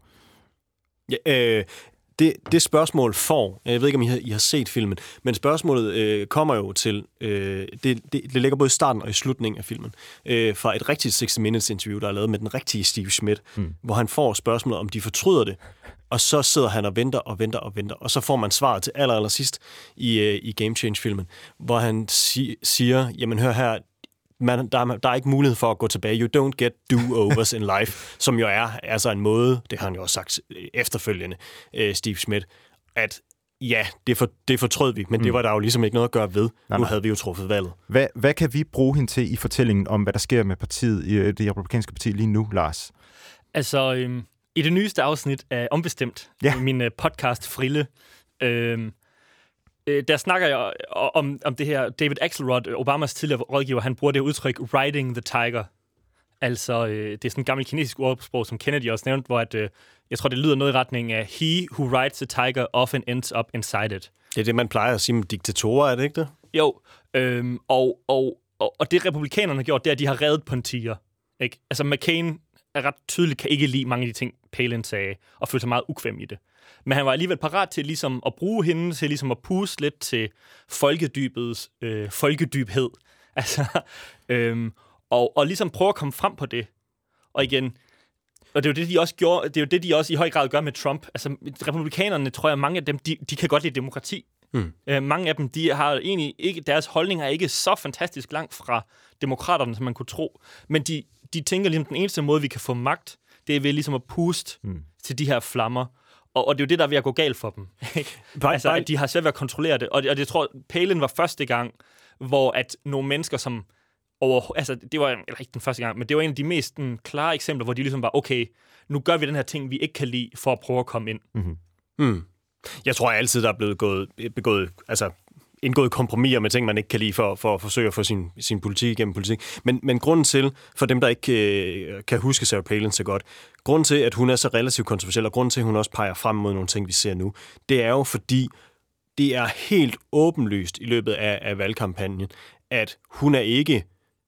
Ja, det spørgsmål jeg ved ikke, om I har set filmen, men spørgsmålet kommer jo til, det ligger både i starten og i slutningen af filmen, fra et rigtigt 60 Minutes interview, der er lavet med den rigtige Steve Schmidt, hvor han får spørgsmålet, om de fortryder det, og så sidder han og venter, og så får man svaret til aller sidst i Game Change-filmen, hvor han siger, jamen hør her, der er ikke mulighed for at gå tilbage. You don't get do-overs in life, som jo er altså en måde, det har han jo også sagt efterfølgende, Steve Schmidt, at ja, det fortrød vi, men det var der jo ligesom ikke noget at gøre ved. Nu havde vi jo truffet valget. Hvad kan vi bruge hende til i fortællingen om, hvad der sker med partiet, i det republikanske parti lige nu, Lars? Altså, i det nyeste afsnit af Ombestemt, min podcast Frille, der snakker jeg om det her. David Axelrod, Obamas tidligere rådgiver, han bruger det udtryk riding the tiger. Altså, det er sådan en gammel kinesisk ordsprog, som Kennedy også nævnte, hvor jeg tror, det lyder noget i retning af he who rides the tiger often ends up inside it. Det er det, man plejer at sige med diktatorer, er det ikke det? Jo, og det republikanerne har gjort, det er, at de har reddet på en tiger. Ikke? Altså, McCain er ret tydeligt, kan ikke lide mange af de ting, Palin sagde, og følte sig meget ukvem i det. Men han var alligevel parat til ligesom at bruge hende til ligesom at puste lidt til folkedybets folkedybhed. Altså, og ligesom prøve at komme frem på det. Og igen, og det er jo det, de også gjorde, det er jo det, de også i høj grad gør med Trump. Altså, republikanerne, tror jeg, mange af dem, de kan godt lide demokrati. Mange af dem, de har egentlig ikke, deres holdninger er ikke så fantastisk langt fra demokraterne, som man kunne tro. Men de tænker ligesom, den eneste måde, vi kan få magt, det er ved ligesom at puste til de her flammer. Og det er jo det, der er ved at gå galt for dem. Altså, at de har svært ved at kontrollere det. Og jeg tror, Palin var første gang, hvor at nogle mennesker, som altså, det var eller ikke den første gang, men det var en af de mest klare eksempler, hvor de ligesom var, okay, nu gør vi den her ting, vi ikke kan lide, for at prøve at komme ind. Jeg tror altid, der er blevet indgået kompromiser med ting, man ikke kan lide, for at forsøge at få sin politik igennem politik. Men grunden til, for dem, der ikke kan huske Sarah Palin så godt, grunden til, at hun er så relativt kontroversiel, og grunden til, at hun også peger frem mod nogle ting, vi ser nu, det er jo fordi, det er helt åbenlyst i løbet af valgkampagnen, at hun er ikke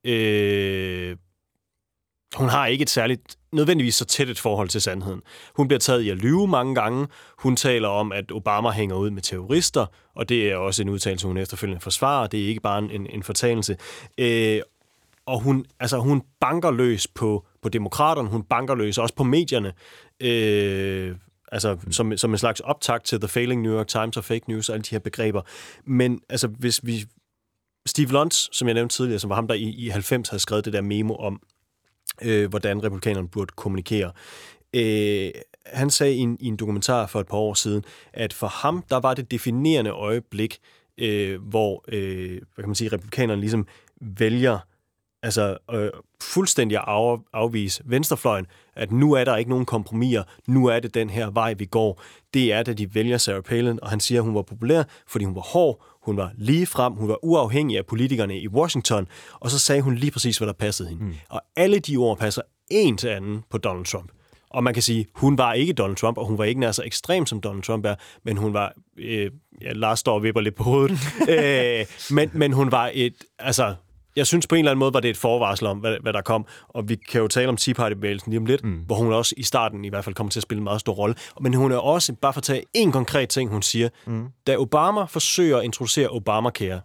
hun har ikke et særligt, nødvendigvis så tæt et forhold til sandheden. Hun bliver taget i at lyve mange gange. Hun taler om, at Obama hænger ud med terrorister, og det er også en udtalelse, hun efterfølgende forsvarer. Det er ikke bare en fortalelse. Og hun banker løs på demokraterne, hun banker løs også på medierne, som en slags optakt til The Failing New York Times og fake news og alle de her begreber. Men altså, hvis vi... Steve Luntz, som jeg nævnte tidligere, som var ham, der i 90 havde skrevet det der memo om, hvordan republikanerne burde kommunikere. Han sagde i en dokumentar for et par år siden, at for ham, der var det definerende øjeblik, hvor hvad kan man sige, republikanerne ligesom vælger fuldstændig at afvise venstrefløjen, at nu er der ikke nogen kompromiser, nu er det den her vej, vi går. Det er, da de vælger Sarah Palin, og han siger, at hun var populær, fordi hun var hård, hun var ligefrem, hun var uafhængig af politikerne i Washington, og så sagde hun lige præcis, hvad der passede hende. Og alle de ord passer en til anden på Donald Trump. Og man kan sige, hun var ikke Donald Trump, og hun var ikke nær så ekstrem, som Donald Trump er, men hun var... Lars står og vipper lidt på hovedet. Men hun var jeg synes på en eller anden måde, var det et forvarsel om, hvad der kom. Og vi kan jo tale om Tea Party-bevægelsen lige om lidt, hvor hun også i starten i hvert fald kommer til at spille en meget stor rolle. Men hun er også, bare for at tage en konkret ting, hun siger, da Obama forsøger at introducere Obamacare,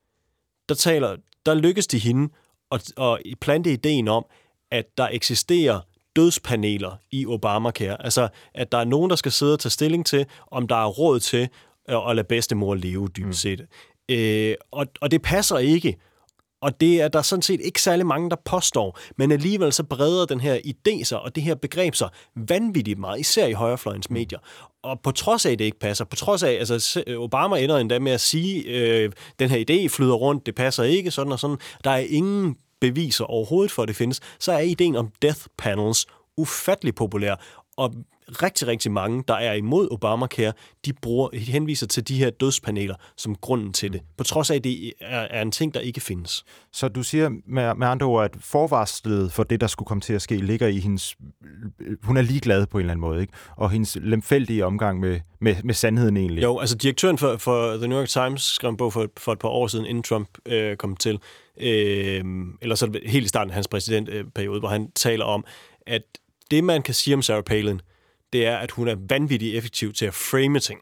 der lykkes de hende at plante ideen om, at der eksisterer dødspaneler i Obamacare. Altså, at der er nogen, der skal sidde og tage stilling til, om der er råd til at lade bedstemor leve, dybest set. Og det passer ikke. Og det er der sådan set ikke særlig mange, der påstår. Men alligevel så breder den her idé sig, og det her begreb sig vanvittigt meget, især i højrefløjens medier. Og på trods af, at det ikke passer, på trods af, altså Obama ender endda med at sige, den her idé flyder rundt, det passer ikke, sådan og sådan. Der er ingen beviser overhovedet for, at det findes. Så er ideen om death panels ufattelig populær, og rigtig, rigtig mange, der er imod Obamacare, de henviser til de her dødspaneler som grunden til det. På trods af, at det er en ting, der ikke findes. Så du siger med andre ord, at forvarslet for det, der skulle komme til at ske, ligger i hendes... Hun er ligeglad på en eller anden måde, ikke? Og hendes lemfældige omgang med sandheden egentlig. Jo, altså direktøren for The New York Times skrev en bog for et par år siden, inden Trump kom til. Eller så helt i starten af hans præsidentperiode, hvor han taler om, at det, man kan sige om Sarah Palin, det er, at hun er vanvittigt effektiv til at frame ting.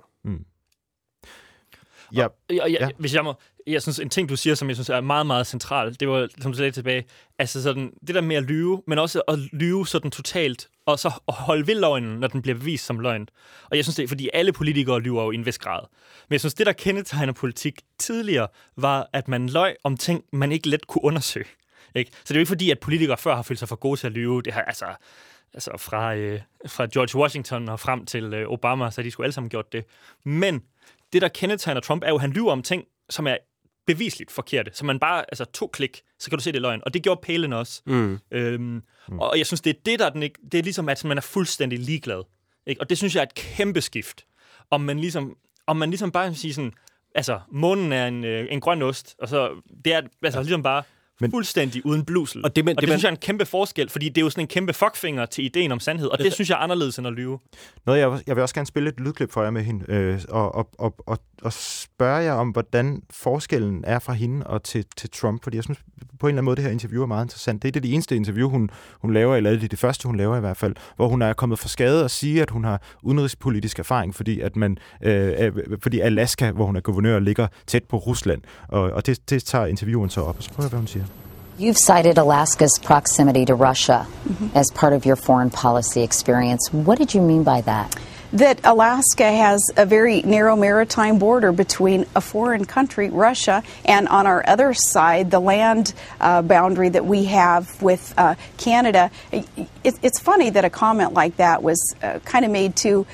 Ja. Hvis jeg synes, en ting, du siger, som jeg synes er meget, meget central, det var, som du sagde tilbage, altså sådan, det der med at lyve, men også at lyve sådan totalt, og så at holde ved løgnen, når den bliver bevist som løgn. Og jeg synes, det er, fordi alle politikere lyver jo i en vis grad. Men jeg synes, det, der kendetegner politik tidligere, var, at man løg om ting, man ikke let kunne undersøge. Ikke? Så det er jo ikke fordi, at politikere før har følt sig for gode til at lyve. Det har altså fra George Washington og frem til Obama, så de skulle alle sammen gjort det. Men det, der kendetegner Trump, er jo, at han lyver om ting, som er bevisligt forkerte. Så man bare, 2 klik, så kan du se det løgn. Og det gjorde Palin også. Og jeg synes, det er det, der den ikke... Det er ligesom, at man er fuldstændig ligeglad. Ikke? Og det synes jeg er et kæmpe skift. Om man ligesom bare siger sådan, altså, månen er en grøn ost, og så det er altså ligesom bare fuldstændig uden blusel. Og det synes jeg er en kæmpe forskel, fordi det er jo sådan en kæmpe fuckfinger til ideen om sandhed, og det synes jeg er anderledes end at lyve. Jeg vil også gerne spille et lydklip for jer med hende, og spørge jer om, hvordan forskellen er fra hende og til Trump, fordi jeg synes på en eller anden måde, det her interview er meget interessant. Det er det eneste interview, hun laver, eller det første, hun laver i hvert fald, hvor hun er kommet for skade og sige, at hun har udenrigspolitisk erfaring, fordi Alaska, hvor hun er guvernør, ligger tæt på Rusland, og det tager intervieweren så op, og så prøver jeg, hvad hun siger. You've cited Alaska's proximity to Russia as part of your foreign policy experience. What did you mean by that? That Alaska has a very narrow maritime border between a foreign country, Russia, and on our other side, the land boundary that we have with Canada. It's funny that a comment like that was kind of made to,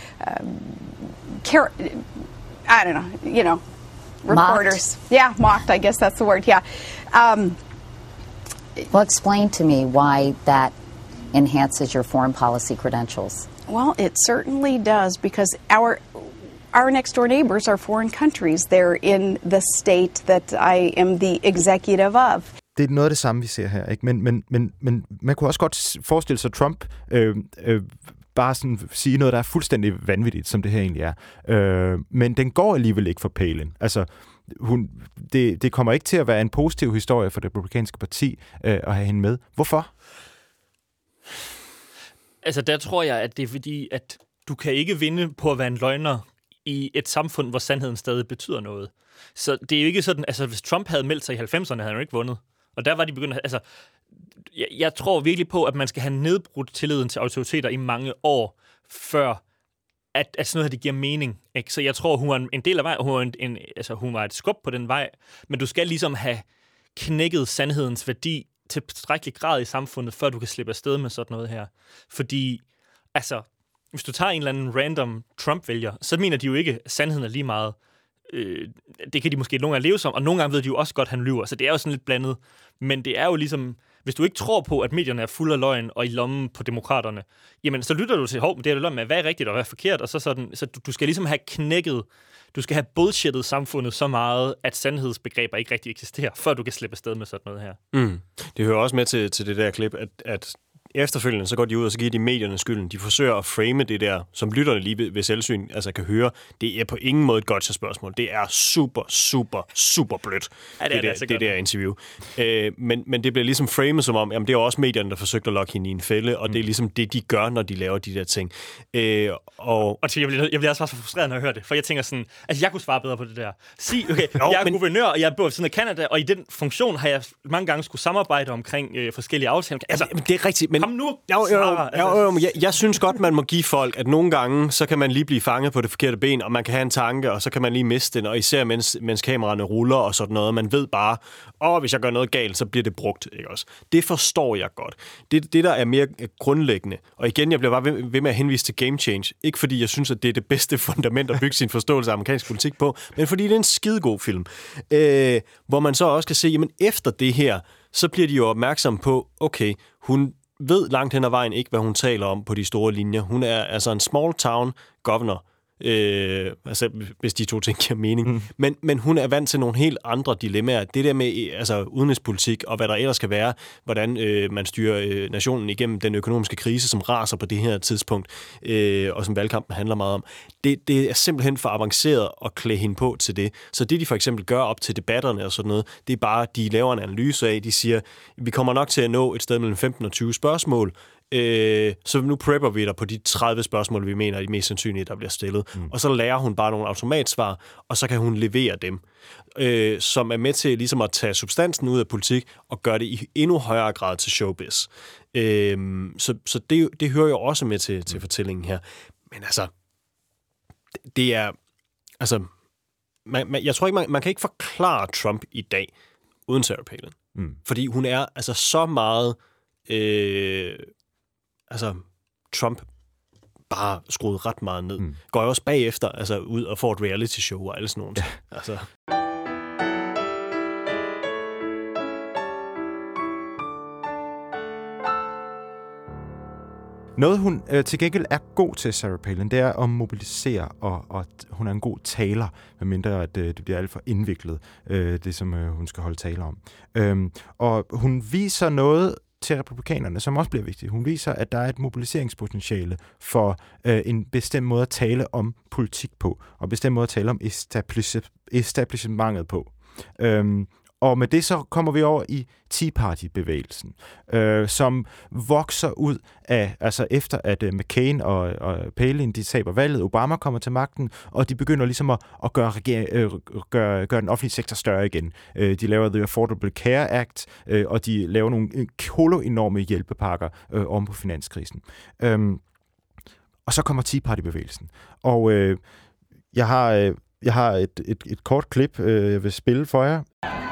I don't know, reporters. Mocked? Yeah, mocked, I guess that's the word, yeah. Well, explain to me why that enhances your foreign policy credentials. Well, it certainly does, because our next door neighbors are foreign countries. They're in the state that I am the executive of. Det er noget af det samme, vi ser her, ikke? Men man kunne også godt forestille sig Trump bare sådan sige noget, der er fuldstændig vanvittigt, som det her egentlig er. Men den går alligevel ikke for Palin. Altså, det kommer ikke til at være en positiv historie for det republikanske parti at have hende med. Hvorfor? Altså, der tror jeg, at det er fordi, at du kan ikke vinde på at være en løgner i et samfund, hvor sandheden stadig betyder noget. Så det er jo ikke sådan, altså hvis Trump havde meldt sig i 90'erne, havde han jo ikke vundet. Og der var de begyndt, altså, jeg tror virkelig på, at man skal have nedbrudt tilliden til autoriteter i mange år, før at sådan noget, det giver mening. Ikke? Så jeg tror, hun var en del af vejen, hun var et skub på den vej, men du skal ligesom have knækket sandhedens værdi til tilstrækkelig grad i samfundet, før du kan slippe afsted med sådan noget her. Fordi, altså, hvis du tager en eller anden random Trump-vælger, så mener de jo ikke, at sandheden er lige meget. Det kan de måske nogle gange leve som, og nogle gange ved de jo også godt, at han lyver. Så det er jo sådan lidt blandet. Men det er jo ligesom, hvis du ikke tror på, at medierne er fuld af løgn og i lommen på demokraterne, jamen så lytter du til, det er løgn med, hvad er rigtigt og hvad er forkert, og så du skal ligesom have knækket, du skal have bullshittet samfundet så meget, at sandhedsbegreber ikke rigtig eksisterer, før du kan slippe afsted med sådan noget her. Det hører også med til det der klip, at efterfølgende så går de ud, og så giver de medierne skylden. De forsøger at frame det der, som lytterne lige ved selvsyn altså kan høre. Det er på ingen måde et godt spørgsmål. Det er super, super, super blødt, det der interview. Men det bliver ligesom framet som om, jamen det er også medierne, der forsøgte at lokke hende i en fælde, og det er ligesom det, de gør, når de laver de der ting. Jeg bliver også så frustreret, når jeg hører det, for jeg tænker sådan, altså jeg kunne svare bedre på det der. Okay, jeg er guvernør, og jeg bor ved siden af Canada, og i den funktion har jeg mange gange skulle samarbejde omkring forskellige aftaler. Altså, det er rigtigt, men kom nu! Jeg synes godt, man må give folk, at nogle gange, så kan man lige blive fanget på det forkerte ben, og man kan have en tanke, og så kan man lige miste den, og især mens kameraerne ruller og sådan noget. Man ved bare, hvis jeg gør noget galt, så bliver det brugt, ikke også? Det forstår jeg godt. Det der er mere grundlæggende, og igen, jeg bliver bare ved med at henvise til Game Change. Ikke fordi jeg synes, at det er det bedste fundament at bygge sin forståelse af amerikansk politik på, men fordi det er en skidegod film. Hvor man så også kan se, jamen efter det her, så bliver de jo opmærksom på, okay, hun ved langt hen ad vejen ikke, hvad hun taler om på de store linjer. Hun er altså en small town governor, altså hvis de to ting giver mening. Men hun er vant til nogle helt andre dilemmaer. Det der med altså udenrigspolitik og hvad der ellers skal være, hvordan man styrer nationen igennem den økonomiske krise, som raser på det her tidspunkt, og som valgkampen handler meget om. Det er simpelthen for avanceret at klæde hende på til det. Så det, de for eksempel gør op til debatterne og sådan noget, det er bare, de laver en analyse af, de siger, vi kommer nok til at nå et sted mellem 15 og 20 spørgsmål, så nu prepper vi dig på de 30 spørgsmål, vi mener er de mest sandsynlige, der bliver stillet. Og så lærer hun bare nogle automatsvar, og så kan hun levere dem, som er med til ligesom at tage substansen ud af politik og gøre det i endnu højere grad til showbiz. Så det hører jo også med til fortællingen her. Men altså, det er... Altså, jeg tror ikke, man kan ikke forklare Trump i dag uden Sarah Palin. Fordi hun er altså så meget... Trump bare skruet ret meget ned. Går jo også bagefter ud og får et reality show og alle sådan nogle ting. Altså. Noget, hun til gengæld er god til, Sarah Palin, det er at mobilisere, og hun er en god taler, medmindre at det bliver alt for indviklet, det som hun skal holde taler om. Og hun viser noget til republikanerne, som også bliver vigtigt. Hun viser, at der er et mobiliseringspotentiale for en bestemt måde at tale om politik på, og en bestemt måde at tale om establishmentet på. Og med det så kommer vi over i Tea Party-bevægelsen, som vokser ud af, altså efter at McCain og Palin, de taber valget, Obama kommer til magten, og de begynder ligesom at gøre den offentlige sektor større igen. De laver The Affordable Care Act, og de laver nogle kolo-enorme hjælpepakker om på finanskrisen. Og så kommer Tea Party-bevægelsen. Og jeg har et kort klip, jeg vil spille for jer.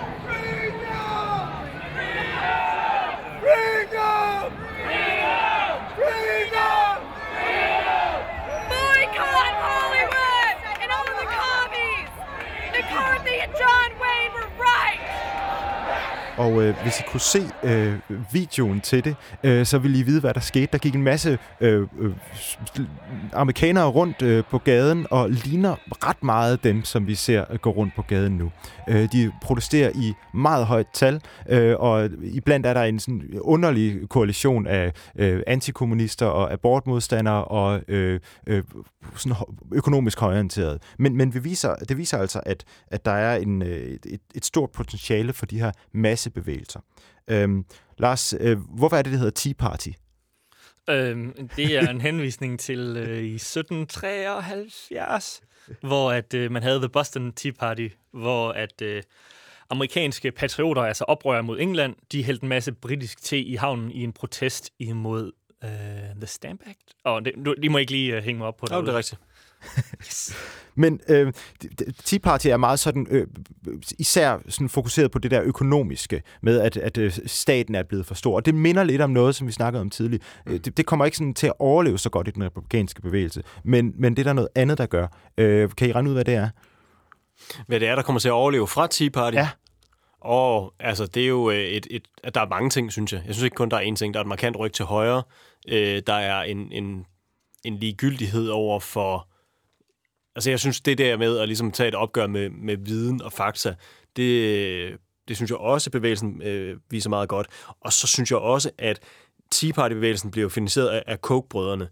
Og hvis I kunne se videoen til det, så ville I vide, hvad der skete. Der gik en masse amerikanere rundt på gaden, og ligner ret meget dem, som vi ser gå rundt på gaden nu. De protesterer i meget højt tal, og iblandt er der en sådan underlig koalition af antikommunister og abortmodstandere og sådan økonomisk højorienterede. Men det viser altså, at der er et stort potentiale for de her massebevægelser. Lars, hvorfor er det hedder Tea Party? Det er en henvisning til i 1773, hvor at man havde The Boston Tea Party, hvor at amerikanske patrioter, altså oprører mod England, de hældte en masse britisk te i havnen i en protest imod The Stamp Act. Og de må ikke lige hænge mig op på det. Ja, det er rigtigt. Yes. Men Tea Party er meget sådan, især sådan fokuseret på det der økonomiske, med at staten er blevet for stor. Og det minder lidt om noget, som vi snakkede om tidligere. Det kommer ikke sådan til at overleve så godt i den republikanske bevægelse, men det er der noget andet, der gør. Kan I regne ud, hvad det er? Hvad det er, der kommer til at overleve fra Tea Party? Ja. Altså, det er jo at der er mange ting, synes jeg. Jeg synes ikke kun, der er én ting. Der er et markant ryg til højre. Der er en ligegyldighed over for... Altså, jeg synes, det der med at ligesom tage et opgør med viden og fakta, det synes jeg også, bevægelsen viser meget godt. Og så synes jeg også, at Tea Party-bevægelsen bliver finansieret af Koch-brødrene,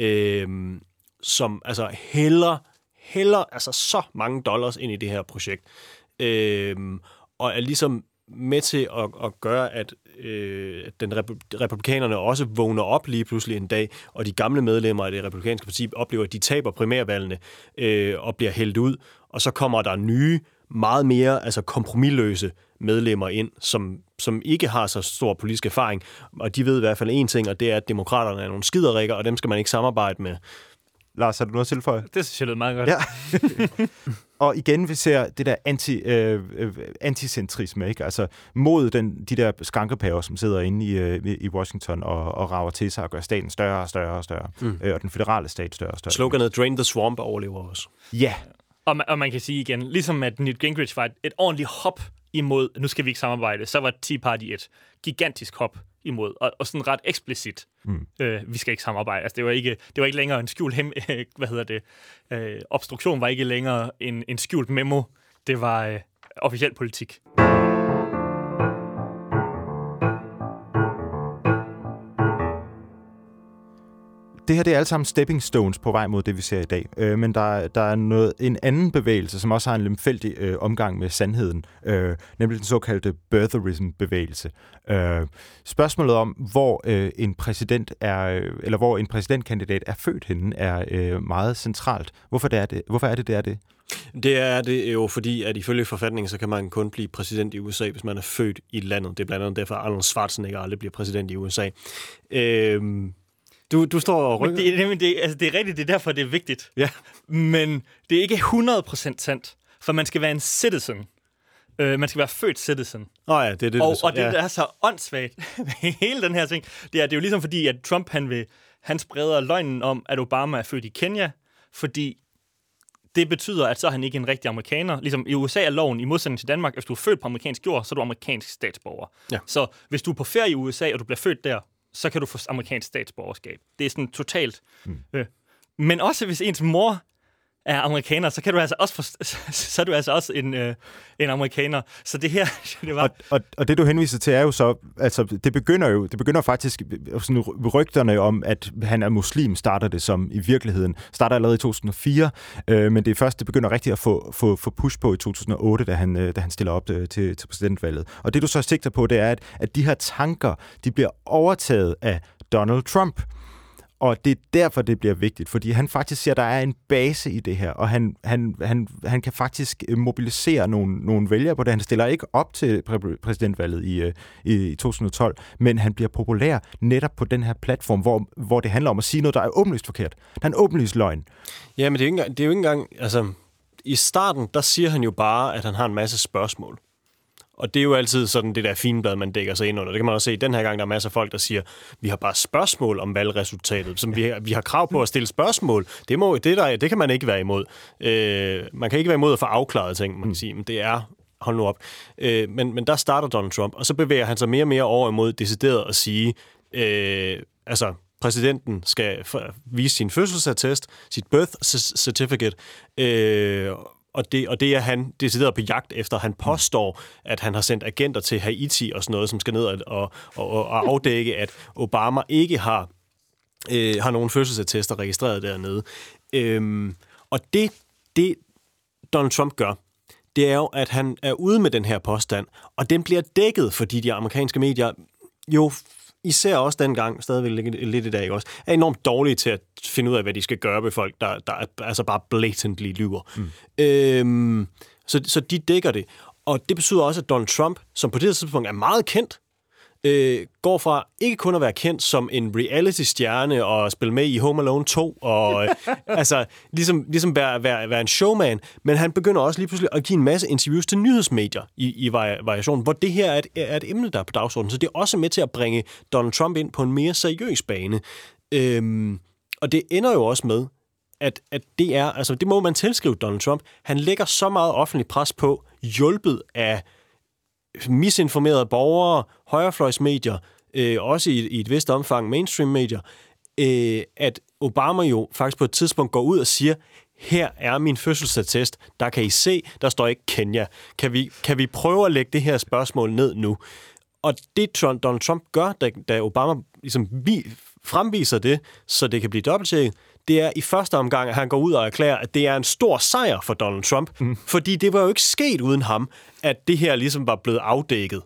som altså hælder altså så mange dollars ind i det her projekt. Og er ligesom med til at gøre, at republikanerne også vågner op lige pludselig en dag, og de gamle medlemmer af det republikanske parti oplever, at de taber primærvalgene og bliver hældt ud, og så kommer der nye, meget mere altså kompromisløse medlemmer ind, som ikke har så stor politisk erfaring, og de ved i hvert fald én ting, og det er, at demokraterne er nogle skiderikker, og dem skal man ikke samarbejde med. Lars, har du noget at tilføje? Det synes jeg lyder meget godt. Ja. Og igen, vi ser det der anticentrisme, ikke? Altså mod de der skankepaver, som sidder inde i Washington og rager til sig og gør staten større og større og større. Og den føderale stat større og større. Sloganet Drain the Swamp overlever også. Ja. Og man kan sige igen, ligesom at Newt Gingrich var et ordentligt hop imod, nu skal vi ikke samarbejde, så var Tea Party et gigantisk hop imod, og sådan ret eksplicit, vi skal ikke samarbejde. Altså, det var ikke længere en skjult obstruktion var ikke længere en skjult memo. Det var officiel politik. Det her det er alle sammen stepping stones på vej mod det, vi ser i dag. Men der er en anden bevægelse, som også har en lemfældig omgang med sandheden, nemlig den såkaldte birtherism-bevægelse. Spørgsmålet om, hvor en præsidentkandidat er født henne, er meget centralt. Hvorfor er det? Det er det jo, fordi at ifølge forfatningen, så kan man kun blive præsident i USA, hvis man er født i landet. Det er blandt andet derfor, at Arnold Schwarzenegger aldrig bliver præsident i USA. Du står og rykker. Det er rigtigt, det er derfor, det er vigtigt. Ja. Men det er ikke 100% sandt, for man skal være en citizen. Man skal være født citizen. Ja, det er det. Og det er så åndssvagt ved hele den her ting. Det er jo ligesom fordi, at Trump han spreder løgnen om, at Obama er født i Kenya, fordi det betyder, at så er han ikke en rigtig amerikaner. Ligesom i USA er loven, i modsætning til Danmark, hvis du er født på amerikansk jord, så er du amerikansk statsborger. Ja. Så hvis du er på ferie i USA, og du bliver født der, så kan du få amerikansk statsborgerskab. Det er sådan totalt. Men også hvis ens mor er amerikaner, så kan du altså også så er du altså også en amerikaner. Så det her, det var... Og det du henviser til er jo så, altså det begynder faktisk sådan rygterne om, at han er muslim, starter det som i virkeligheden. Starter allerede i 2004, men det begynder rigtig at få push på i 2008, da han stiller op til præsidentvalget. Og det du så sigter på, det er, at de her tanker, de bliver overtaget af Donald Trump. Og det er derfor, det bliver vigtigt, fordi han faktisk siger, at der er en base i det her, og han kan faktisk mobilisere nogle vælgere på det. Han stiller ikke op til præsidentvalget i 2012, men han bliver populær netop på den her platform, hvor det handler om at sige noget, der er åbenlyst forkert. Der er en åbenlyst løgn. Ja, men det er jo ikke engang... Altså, i starten, der siger han jo bare, at han har en masse spørgsmål. Og det er jo altid sådan det der fine blad, man dækker sig ind under. Det kan man også se. Den her gang, der er masser af folk, der siger, vi har bare spørgsmål om valgresultatet. Som vi har krav på at stille spørgsmål. Det kan man ikke være imod. Man kan ikke være imod at få afklaret ting, man kan sige. Men det er... Hold nu op. Men der starter Donald Trump, og så bevæger han sig mere og mere over imod decideret at sige, præsidenten skal vise sin fødselsattest, sit birth certificate, og det er han decideret på jagt efter. Han påstår, at han har sendt agenter til Haiti og sådan noget, som skal ned og afdække, at Obama ikke har nogen fødselsattester registreret dernede. Og det Donald Trump gør, det er jo, at han er ude med den her påstand, og den bliver dækket, fordi de amerikanske medier jo især også dengang, stadigvæk lidt i dag også, er enormt dårlige til at finde ud af, hvad de skal gøre ved folk, der altså bare blatantly lyver. Så de dækker det. Og det betyder også, at Donald Trump, som på det tidspunkt er meget kendt, går fra ikke kun at være kendt som en reality-stjerne og spille med i Home Alone 2, og altså ligesom være en showman, men han begynder også lige pludselig at give en masse interviews til nyhedsmedier i variationen, hvor det her er et emne, der er på dagsordenen. Så det er også med til at bringe Donald Trump ind på en mere seriøs bane. Og det ender jo også med, at det er, altså det må man tilskrive Donald Trump. Han lægger så meget offentlig pres på, hjulpet af misinformerede borgere, højrefløjsmedier, også i et vist omfang mainstream-medier, at Obama jo faktisk på et tidspunkt går ud og siger, her er min fødselsattest, der kan I se, der står ikke Kenya. Kan vi prøve at lægge det her spørgsmål ned nu? Og det Donald Trump gør, da Obama ligesom fremviser det, så det kan blive dobbelttjekket, det er i første omgang, at han går ud og erklærer, at det er en stor sejr for Donald Trump, fordi det var jo ikke sket uden ham, at det her ligesom var blevet afdækket.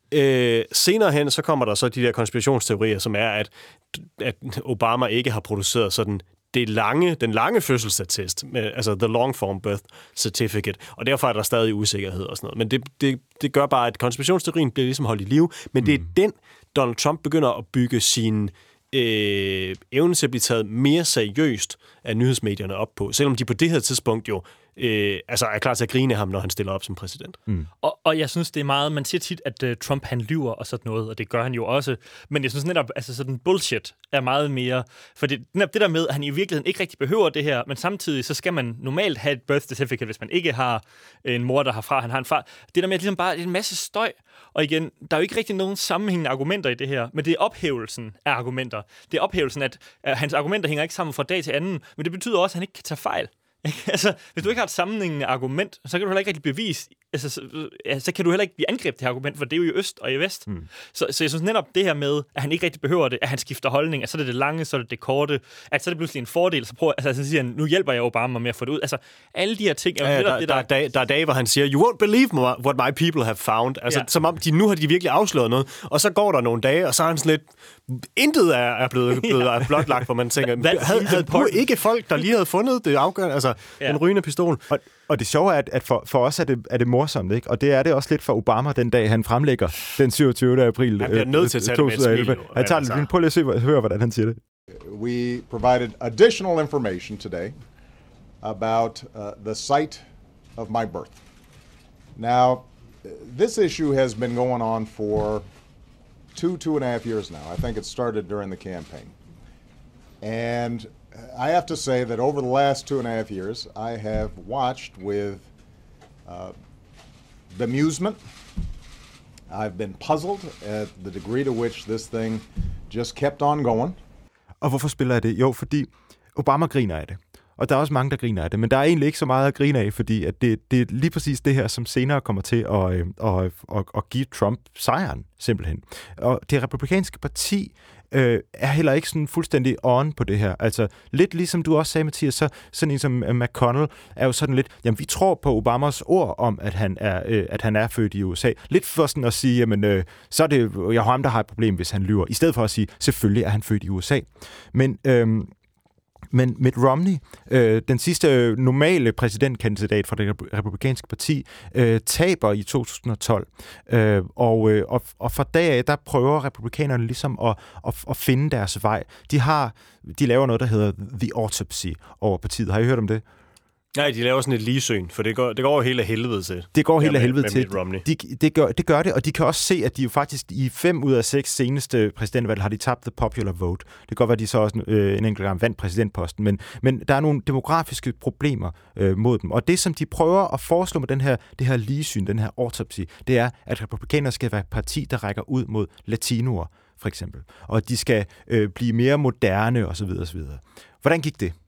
Senere hen, så kommer der så de der konspirationsteorier, som er, at Obama ikke har produceret sådan den lange fødselsattest, altså the long form birth certificate, og derfor er der stadig usikkerhed og sådan noget. Men det gør bare, at konspirationsteorien bliver ligesom holdt i live, men det er den, Donald Trump begynder at bygge sin evne til at blive taget mere seriøst af nyhedsmedierne op på, selvom de på det her tidspunkt jo er klar til at grine af ham, når han stiller op som præsident. Og jeg synes, det er meget, man siger tit, at Trump han lyver og sådan noget, og det gør han jo også, men jeg synes netop, altså sådan bullshit er meget mere, for det der med, at han i virkeligheden ikke rigtig behøver det her, men samtidig så skal man normalt have et birth certificate, hvis man ikke har en mor, der har far, han har en far. Det der med, at ligesom bare en masse støj, og igen, der er jo ikke rigtig nogen sammenhængende argumenter i det her, men det er ophævelsen af argumenter. Det er ophævelsen, at hans argumenter hænger ikke sammen fra dag til anden, men det betyder også, at han ikke kan tage fejl. Altså, hvis du ikke har et sammenhængende argument, så kan du heller ikke rigtig bevise, så kan du heller ikke blive angrebet til argument, for det er jo i øst og i vest. Så jeg synes netop det her med, at han ikke rigtig behøver det, at han skifter holdning, at så er det lange, så er det korte, at så er det pludselig en fordel, så siger han, nu hjælper jeg Obama med at få det ud. Altså, alle de her ting er jo netop det, der er dage, hvor han siger, you won't believe what my people have found. Altså, som om nu har de virkelig afsløret noget, og så går der nogle dage, og så er han sådan lidt, intet er blevet blotlagt, hvor man tænker, havde du ikke folk, der lige havde fundet det afgørende, altså en rygende pistol? Og det sjove er, at for os er det morsomt, ikke? Og det er det også lidt for Obama den dag, han fremlægger den 27. april. Han bliver nødt til at tage det med et smil. Han tager det, prøv lige at høre, hvordan han siger det. We provided additional information today about the site of my birth. Now, this issue has been going on for 2.5 years now. I think it started during the campaign. And I have to say that over the last 2.5 years, I have watched with bemusement I've been puzzled at the degree to which this thing just kept on going. Og hvorfor spiller jeg det? Jo, fordi Obama griner af det. Og der er også mange, der griner af det. Men der er egentlig ikke så meget at grine af, fordi at det er lige præcis det her, som senere kommer til at give Trump sejren, simpelthen. Og det republikanske parti er heller ikke sådan fuldstændig on på det her. Altså lidt ligesom du også sagde, Mathias, så sådan en som McConnell er jo sådan lidt, jamen vi tror på Obamas ord om, at han er født i USA. Lidt for sådan at sige, jamen så er det jo ham, der har et problem, hvis han lyver. I stedet for at sige, selvfølgelig er han født i USA. Men Mitt Romney, den sidste normale præsidentkandidat fra det republikanske parti, taber i 2012. Og fra dag af, der prøver republikanerne ligesom at finde deres vej. De laver noget, der hedder The Autopsy over partiet. Har I hørt om det? Nej, de laver sådan et ligesyn, for det går helt af helvede til. Det går helt af helvede til. Det gør det, og de kan også se, at de jo faktisk i 5 ud af 6 seneste præsidentvalg har de tabt the popular vote. Det kan godt være, at de så også en enkelt gang vandt præsidentposten, men der er nogle demografiske problemer mod dem. Og det, som de prøver at foreslå med det her ligesyn, den her autopsy, det er, at republikanerne skal være et parti, der rækker ud mod latinoer, for eksempel. Og at de skal blive mere moderne, osv. osv. Hvordan gik det?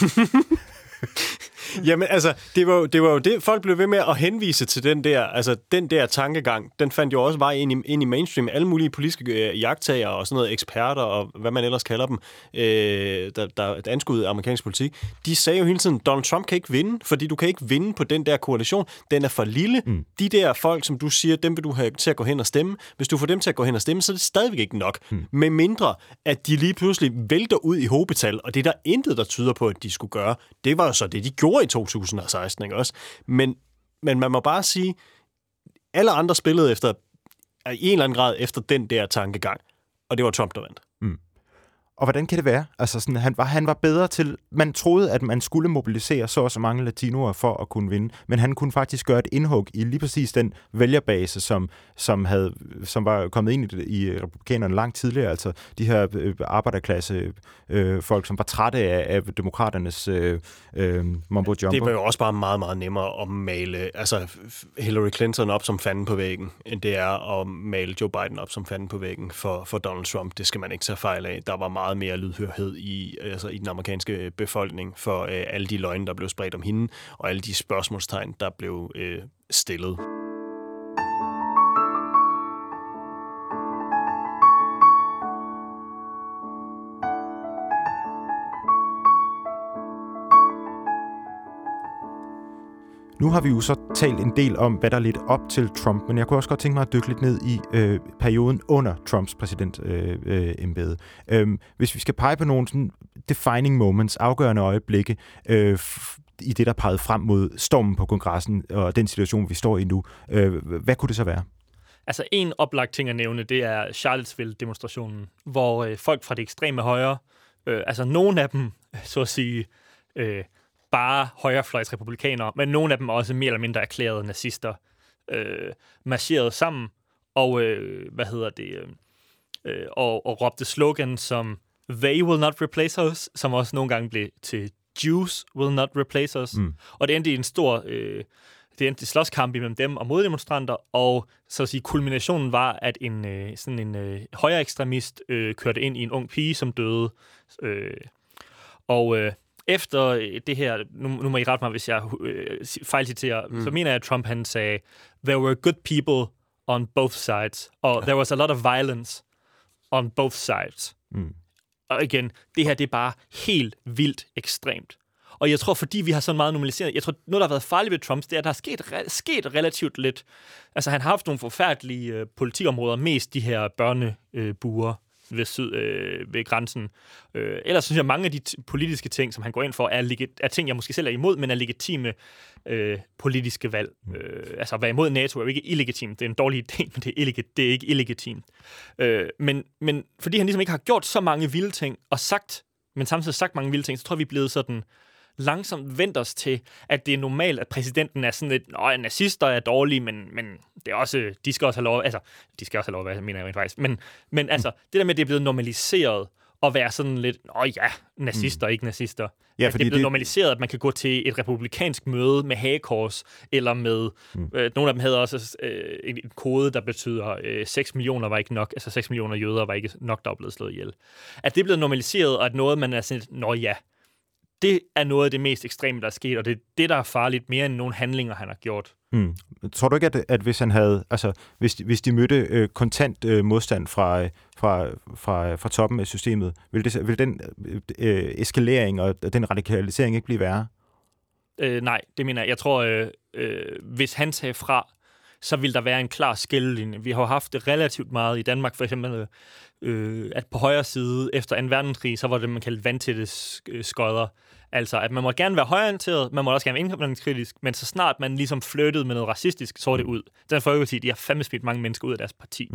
Jamen, altså, det var jo det, folk blev ved med at henvise til den der tankegang. Den fandt jo også vej ind i mainstream. Alle mulige politiske iagttagere og sådan noget, eksperter og hvad man ellers kalder dem, der anskuede amerikansk politik, de sagde jo hele tiden, Donald Trump kan ikke vinde, fordi du kan ikke vinde på den der koalition. Den er for lille. De der folk, som du siger, dem vil du have til at gå hen og stemme. Hvis du får dem til at gå hen og stemme, så er det stadigvæk ikke nok. Med mindre, at de lige pludselig vælter ud i hobetal, og det er der intet, der tyder på, at de skulle gøre. Det var jo så det, de gjorde i 2016, ikke også? Men man må bare sige, alle andre spillede i en eller anden grad efter den der tankegang, og det var Trump, der vandt. Og hvordan kan det være? Altså sådan, han var bedre til... Man troede, at man skulle mobilisere så og så mange latinoer for at kunne vinde, men han kunne faktisk gøre et indhug i lige præcis den vælgerbase, som var kommet ind i republikanerne langt tidligere. Altså de her arbejderklasse folk, som var trætte af demokraternes mumbo-jumbo. Det var jo også bare meget, meget nemmere at male Hillary Clinton op som fanden på væggen, end det er at male Joe Biden op som fanden på væggen for Donald Trump. Det skal man ikke tage fejl af. Der var meget mere lydhørhed i den amerikanske befolkning for alle de løgne, der blev spredt om hende, og alle de spørgsmålstegn, der blev stillet. Nu har vi jo så talt en del om, hvad der lidt op til Trump, men jeg kunne også godt tænke mig at dykke lidt ned i perioden under Trumps præsidentembede. Hvis vi skal pege på nogle sådan defining moments, afgørende øjeblikke i det, der pegede frem mod stormen på kongressen og den situation, vi står i nu, hvad kunne det så være? Altså en oplagt ting at nævne, det er Charlottesville-demonstrationen, hvor folk fra det ekstreme højre, nogle af dem, så at sige, bare højrefløjsrepublikanere, men nogle af dem også mere eller mindre erklærede nazister, marcherede sammen og og råbte slogan som "They will not replace us", som også nogle gange blev til "Jews will not replace us". Og det endte i en stor slåskamp imellem dem og moddemonstranter, og så at sige kulminationen var, at en højre ekstremist kørte ind i en ung pige, som døde. Efter det her, nu må I rette mig, hvis jeg fejlciterer, så mener jeg, at Trump han sagde, "There were good people on both sides", og "There was a lot of violence on both sides". Og igen, det her, det er bare helt vildt ekstremt. Og jeg tror, fordi vi har sådan meget normaliseret, jeg tror, noget, der har været farligt ved Trump, det er, at der er sket relativt lidt. Altså, han har haft nogle forfærdelige politikområder, mest de her børnebuer ved grænsen. Ellers synes jeg, mange af de politiske ting, som han går ind for, er ting, jeg måske selv er imod, men er legitime politiske valg. At være imod NATO er jo ikke illegitimt. Det er en dårlig idé, men det er ikke illegitimt. Men fordi han ligesom ikke har gjort så mange vilde ting, men samtidig sagt mange vilde ting, så tror jeg, vi er blevet sådan langsomt vendt os til, at det er normalt, at præsidenten er sådan lidt, nazister er dårlige, men det er også, de skal også have lov, hvad jeg mener jeg faktisk. Men det der med, at det er blevet normaliseret, at være sådan lidt, nazister, ikke nazister. Ja, at det er blevet normaliseret, at man kan gå til et republikansk møde med hagekors, eller med, nogle af dem havde også en kode, der betyder, 6 millioner var ikke nok, altså 6 millioner jøder var ikke nok, der var blevet slået ihjel. At det er blevet normaliseret, og at noget, man er sådan, det er noget af det mest ekstreme, der er sket, og det er det, der er farligt mere end nogle handlinger, han har gjort. Tror du ikke, at hvis han havde, altså hvis de mødte kontant modstand fra toppen af systemet, vil den eskalering og den radikalisering ikke blive værre? Nej, det mener jeg. Jeg tror, hvis han sagde fra, så vil der være en klar skillelinje. Vi har haft det relativt meget i Danmark, for eksempel, at på højre side efter 2. verdenskrig, så var det, man kaldte vandtætte skodder. Altså, at man må gerne være højreorienteret, man må også gerne være indkomstkritisk, men så snart man ligesom flyttede med noget racistisk, så var det ud. Dansk Folkeparti, de har fandme smidt mange mennesker ud af deres parti.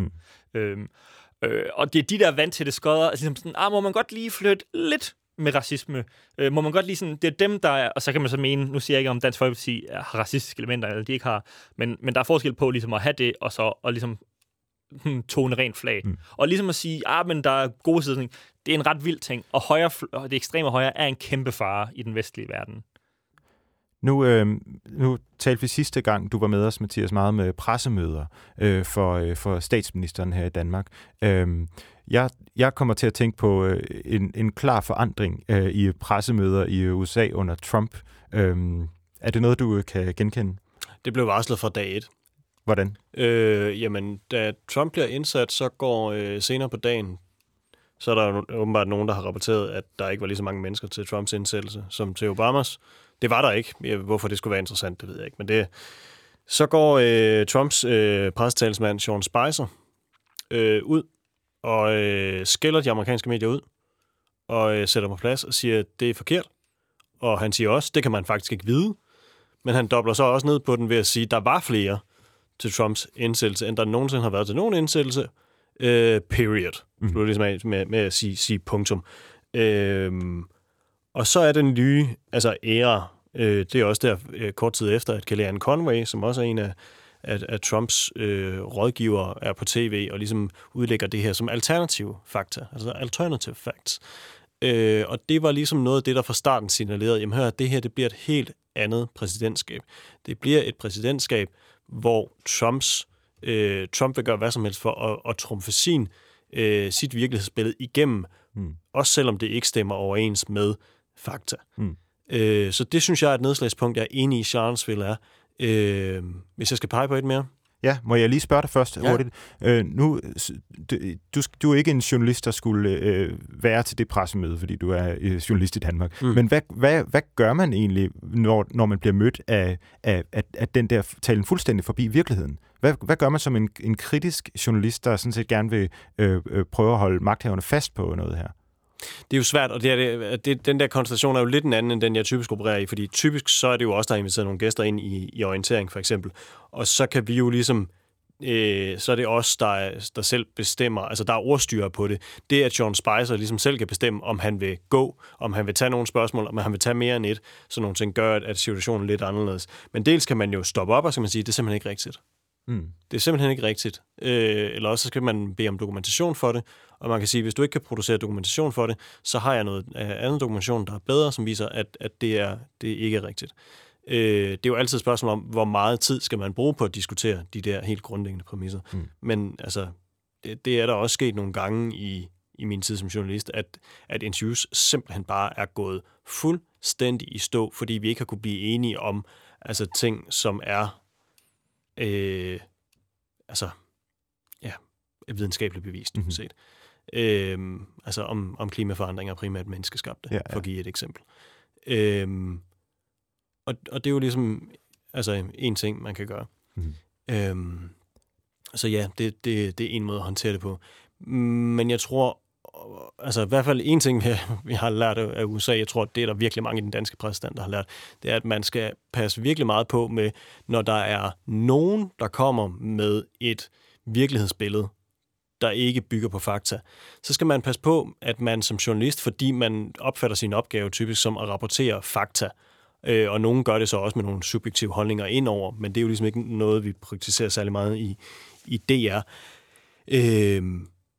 Og det er de der vandtætte skodder, altså ligesom sådan, må man godt lige flytte lidt med racisme. Må man godt lige sådan, det er dem, der er, og så kan man så mene, nu siger jeg ikke, om Dansk Folkeparti har racistiske elementer, eller de ikke har, men der er forskel på ligesom at have det, og så og ligesom tone rent flag. Og ligesom at sige, men der er gode sider, det er en ret vild ting, og det ekstreme højre er en kæmpe fare i den vestlige verden. Nu talte vi sidste gang, du var med os, Mathias, meget med pressemøder for statsministeren her i Danmark. Jeg kommer til at tænke på en klar forandring i pressemøder i USA under Trump. Er det noget, du kan genkende? Det blev varslet fra dag 1. Hvordan? Jamen, da Trump bliver indsat, så går senere på dagen, så er der åbenbart nogen, der har rapporteret, at der ikke var lige så mange mennesker til Trumps indsættelse som til Obamas. Det var der ikke. Hvorfor det skulle være interessant, det ved jeg ikke. Men så går Trumps pressetalsmand Sean Spicer ud og skælder de amerikanske medier ud og sætter på plads og siger, at det er forkert. Og han siger også, det kan man faktisk ikke vide. Men han dobler så også ned på den ved at sige, at der var flere til Trumps indsættelse, end der nogensinde har været til nogen indsættelse. Period. Du er ligesom med at sige punktum. Og så er den nye æra, det er også der kort tid efter, at Kellyanne Conway, som også er en af Trumps rådgivere, er på tv og ligesom udlægger det her som alternative fakta, altså alternative facts. Og det var ligesom noget af det, der fra starten signalerede, jamen hør, det her det bliver et helt andet præsidentskab. Det bliver et præsidentskab, hvor Trump vil gøre hvad som helst for at trumfe sit virkelighedsbillede igennem, også selvom det ikke stemmer overens med fakta. Så det synes jeg er et nedslagspunkt, jeg er enig i, Charlottesville er. Hvis jeg skal pege på et mere. Ja, må jeg lige spørge dig først hurtigt. Nu, du er ikke en journalist, der skulle være til det pressemøde, fordi du er journalist i Danmark. Men hvad gør man egentlig, når man bliver mødt af den der talen fuldstændig forbi virkeligheden? Hvad gør man som en kritisk journalist, der sådan set gerne vil prøve at holde magthaverne fast på noget her? Det er jo svært, og den der konstellation er jo lidt en anden, end den jeg typisk opererer i, fordi typisk så er det jo også der har inviteret nogle gæster ind i orientering, for eksempel. Og så kan vi jo ligesom, så er det os, der selv bestemmer, altså der er ordstyrer på det. Det er, at Sean Spicer ligesom selv kan bestemme, om han vil gå, om han vil tage nogle spørgsmål, om han vil tage mere end et, så nogle ting gør, at situationen er lidt anderledes. Men dels kan man jo stoppe op, og så kan man sige, det er simpelthen ikke rigtigt. Det er simpelthen ikke rigtigt. Eller også så skal man bede om dokumentation for det, og man kan sige, hvis du ikke kan producere dokumentation for det, så har jeg noget andet dokumentation, der er bedre, som viser, at det ikke er rigtigt. Det er jo altid et spørgsmål om, hvor meget tid skal man bruge på at diskutere de der helt grundlæggende præmisser. Men altså, det er der også sket nogle gange i min tid som journalist, at interviews simpelthen bare er gået fuldstændig i stå, fordi vi ikke har kunne blive enige om ting, som er videnskabeligt bevist, set. Om klimaforandringer primært menneskeskabte, for at give et eksempel. Og det er jo ligesom en ting, man kan gøre. Så ja, det er en måde at håndtere det på. Men jeg tror, i hvert fald en ting, vi har lært af USA, jeg tror, det er der virkelig mange i den danske præsident, der har lært, det er, at man skal passe virkelig meget på med, når der er nogen, der kommer med et virkelighedsbillede, der ikke bygger på fakta, så skal man passe på, at man som journalist, fordi man opfatter sin opgave typisk som at rapportere fakta, og nogen gør det så også med nogle subjektive holdninger indover, men det er jo ligesom ikke noget, vi praktiserer særlig meget i DR.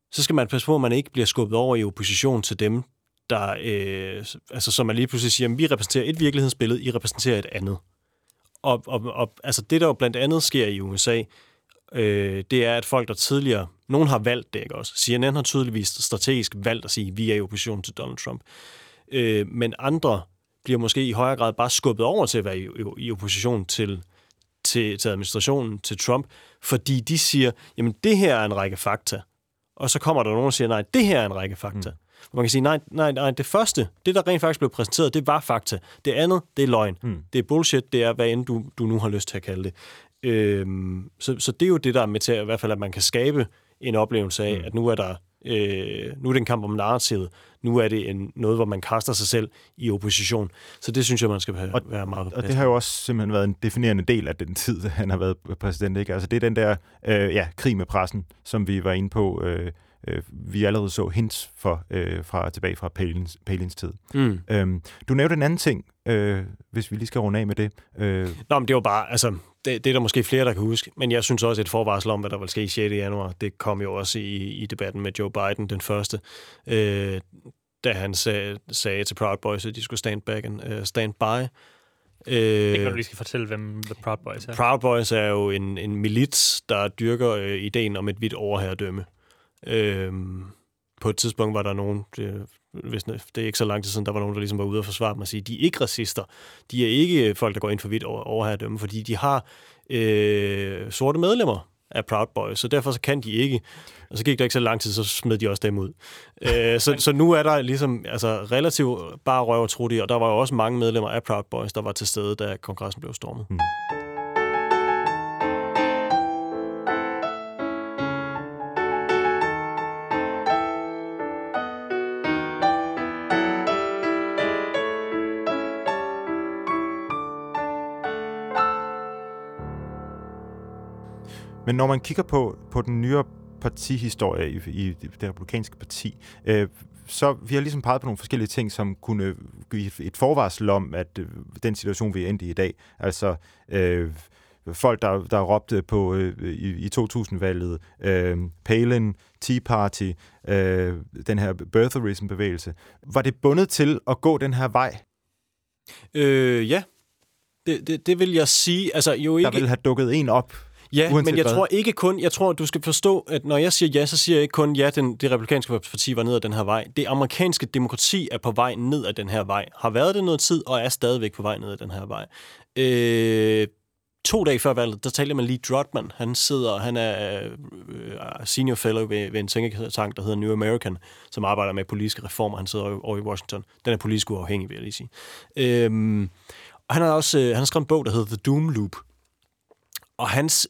så skal man passe på, at man ikke bliver skubbet over i opposition til dem, der, altså som man lige pludselig siger, vi repræsenterer et virkelighedsbillede, I repræsenterer et andet. Og altså det, der jo blandt andet sker i USA, det er, at folk, der tidligere, nogen har valgt det, ikke også? CNN har tydeligvis strategisk valgt at sige, vi er i opposition til Donald Trump. Men andre bliver måske i højere grad bare skubbet over til at være i opposition til administrationen, til Trump, fordi de siger, jamen det her er en række fakta. Og så kommer der nogen og siger, nej, det her er en række fakta. Man kan sige, nej, det første, det der rent faktisk blev præsenteret, det var fakta. Det andet, det er løgn. Det er bullshit, det er, hvad end du nu har lyst til at kalde det. Så det er jo det, der er med til, i hvert fald, at man kan skabe en oplevelse af, at nu er det en kamp om narrativet. Nu er det noget, hvor man kaster sig selv i opposition. Så det synes jeg, man skal være meget. Og det har jo også simpelthen været en definerende del af den tid, han har været præsident. Ikke? Altså det er den der krig med pressen, som vi var inde på. Vi allerede så hints tilbage fra Palins tid. Du nævnte en anden ting, hvis vi lige skal runde af med det. Nå, men det var bare, altså, det er der måske flere, der kan huske, men jeg synes også, et forvarsel om, hvad der vil ske 6. januar, det kom jo også i debatten med Joe Biden, den første, da han sagde til Proud Boys, at de skulle stand by. Det kan du lige skal fortælle, hvem The Proud Boys er. Proud Boys er jo en milits, der dyrker ideen om et hvidt overherredømme. På et tidspunkt var der nogen, det er ikke så lang tid siden, der var nogen, der ligesom var ude og forsvare dem og sige, de er ikke racister. De er ikke folk, der går ind for hvidt overherredømme, fordi de har sorte medlemmer af Proud Boys, så derfor så kan de ikke. Og så gik der ikke så lang tid, så smed de også dem ud. Så nu er der ligesom relativt bare røv og trutte, og der var jo også mange medlemmer af Proud Boys, der var til stede, da kongressen blev stormet. Men når man kigger på den nyere partihistorie i det republikanske parti, så vi har ligesom peget på nogle forskellige ting, som kunne give et forvarsel om, at den situation, vi er endt i dag, altså folk, der råbte på i 2000-valget, Palin, Tea Party, den her birtherism-bevægelse, var det bundet til at gå den her vej? Ja, det vil jeg sige. Altså, jo ikke... Der ville have dukket en op. Ja, men jeg tror, du skal forstå, at når jeg siger ja, så siger jeg ikke kun, ja, det republikanske parti var ned ad den her vej. Det amerikanske demokrati er på vej ned ad den her vej. Har været det noget tid, og er stadigvæk på vej ned ad den her vej. 2 dage før valget, der talte jeg med Lee Drutman. Han er senior fellow ved en tænketank, der hedder New American, som arbejder med politiske reformer. Han sidder over i Washington. Den er politisk uafhængig, vil jeg lige sige. Og han har skrevet en bog, der hedder The Doom Loop. Og hans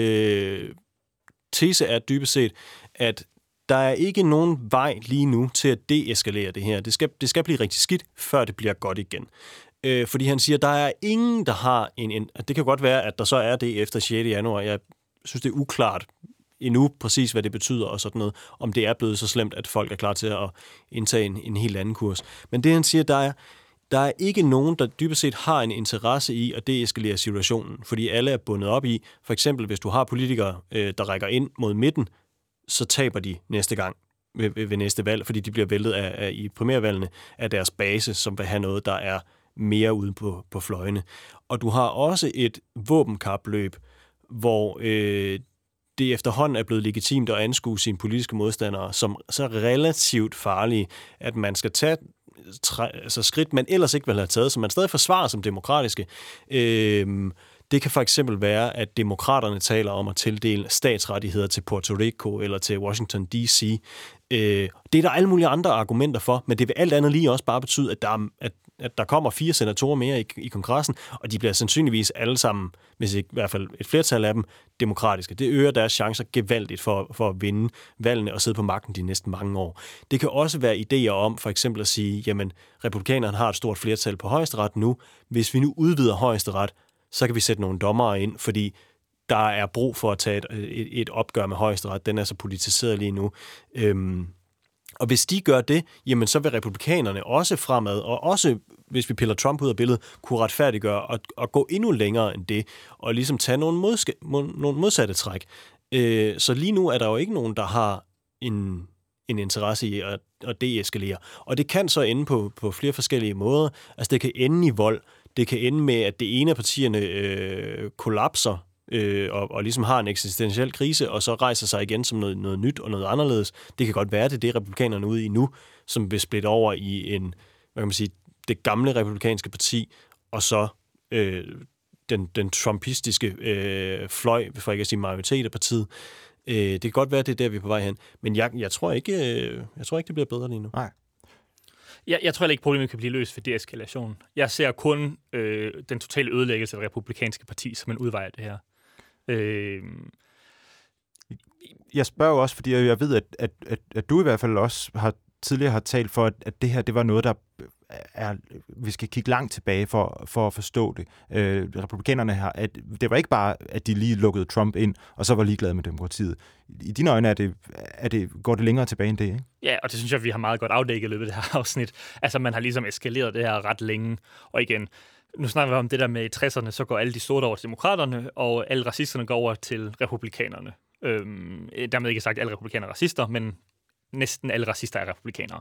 tese er dybest set, at der er ikke nogen vej lige nu til at deeskalere det her. Det skal blive rigtig skidt, før det bliver godt igen. Fordi han siger, at der er ingen, der har det kan godt være, at der så er det efter 6. januar. Jeg synes, det er uklart endnu præcis, hvad det betyder og sådan noget. Om det er blevet så slemt, at folk er klar til at indtage en helt anden kurs. Men det han siger, der er ikke nogen, der dybest set har en interesse i at deeskalere situationen, fordi alle er bundet op i, for eksempel hvis du har politikere, der rækker ind mod midten, så taber de næste gang ved næste valg, fordi de bliver væltet i primærvalgene af deres base, som vil have noget, der er mere ude på fløjene. Og du har også et våbenkapløb, hvor det efterhånden er blevet legitimt at anskue sine politiske modstandere som så relativt farlige, at man skal tage skridt, man ellers ikke vil have taget, som man stadig forsvarer som demokratiske. Det kan for eksempel være, at demokraterne taler om at tildele statsrettigheder til Puerto Rico eller til Washington D.C. Det er der alle mulige andre argumenter for, men det vil alt andet lige også bare betyde, at der kommer 4 senatorer mere i kongressen, og de bliver sandsynligvis alle sammen, hvis ikke i hvert fald et flertal af dem, demokratiske. Det øger deres chancer gevaldigt for at vinde valgene og sidde på magten de næste mange år. Det kan også være idéer om for eksempel at sige, jamen, republikanerne har et stort flertal på højesteret nu. Hvis vi nu udvider højesteret, så kan vi sætte nogle dommere ind, fordi der er brug for at tage et opgør med højesteret. Den er så politiseret lige nu. Og hvis de gør det, jamen så vil republikanerne også fremad, og også hvis vi piller Trump ud af billedet, kunne retfærdiggøre og gå endnu længere end det, og ligesom tage nogle modsatte træk. Så lige nu er der jo ikke nogen, der har en interesse i at deeskalere. Og det kan så ende på flere forskellige måder. Altså det kan ende i vold. Det kan ende med, at det ene af partierne kollapser og ligesom har en eksistentiel krise, og så rejser sig igen som noget nyt og noget anderledes. Det kan godt være, det republikanerne ude i nu, som vil splitte over i det gamle republikanske parti, og så den trumpistiske fløj, for ikke at sige majoritet af partiet. Det kan godt være, det er der, vi er på vej hen. Men jeg tror ikke, det bliver bedre lige nu. Nej. Jeg tror ikke, problemet kan blive løst ved deeskalation. Jeg ser kun den totale ødelæggelse af det republikanske parti som en udvej af det her. Jeg spørger også, fordi jeg ved, at du i hvert fald også tidligere har talt for, at det her det var noget, der vi skal kigge langt tilbage for at forstå det. Republikanerne det var ikke bare, at de lige lukkede Trump ind, og så var ligeglade med demokratiet. I dine øjne går det længere tilbage end det, ikke? Ja, og det synes jeg, vi har meget godt afdækket i løbet af det her afsnit. Altså, man har ligesom eskaleret det her ret længe. Og igen, nu snakker vi om det der med i 60'erne, så går alle de sorte over til demokraterne, og alle racisterne går over til republikanerne. Dermed ikke sagt, at alle republikanere er racister, men næsten alle racister er republikanere.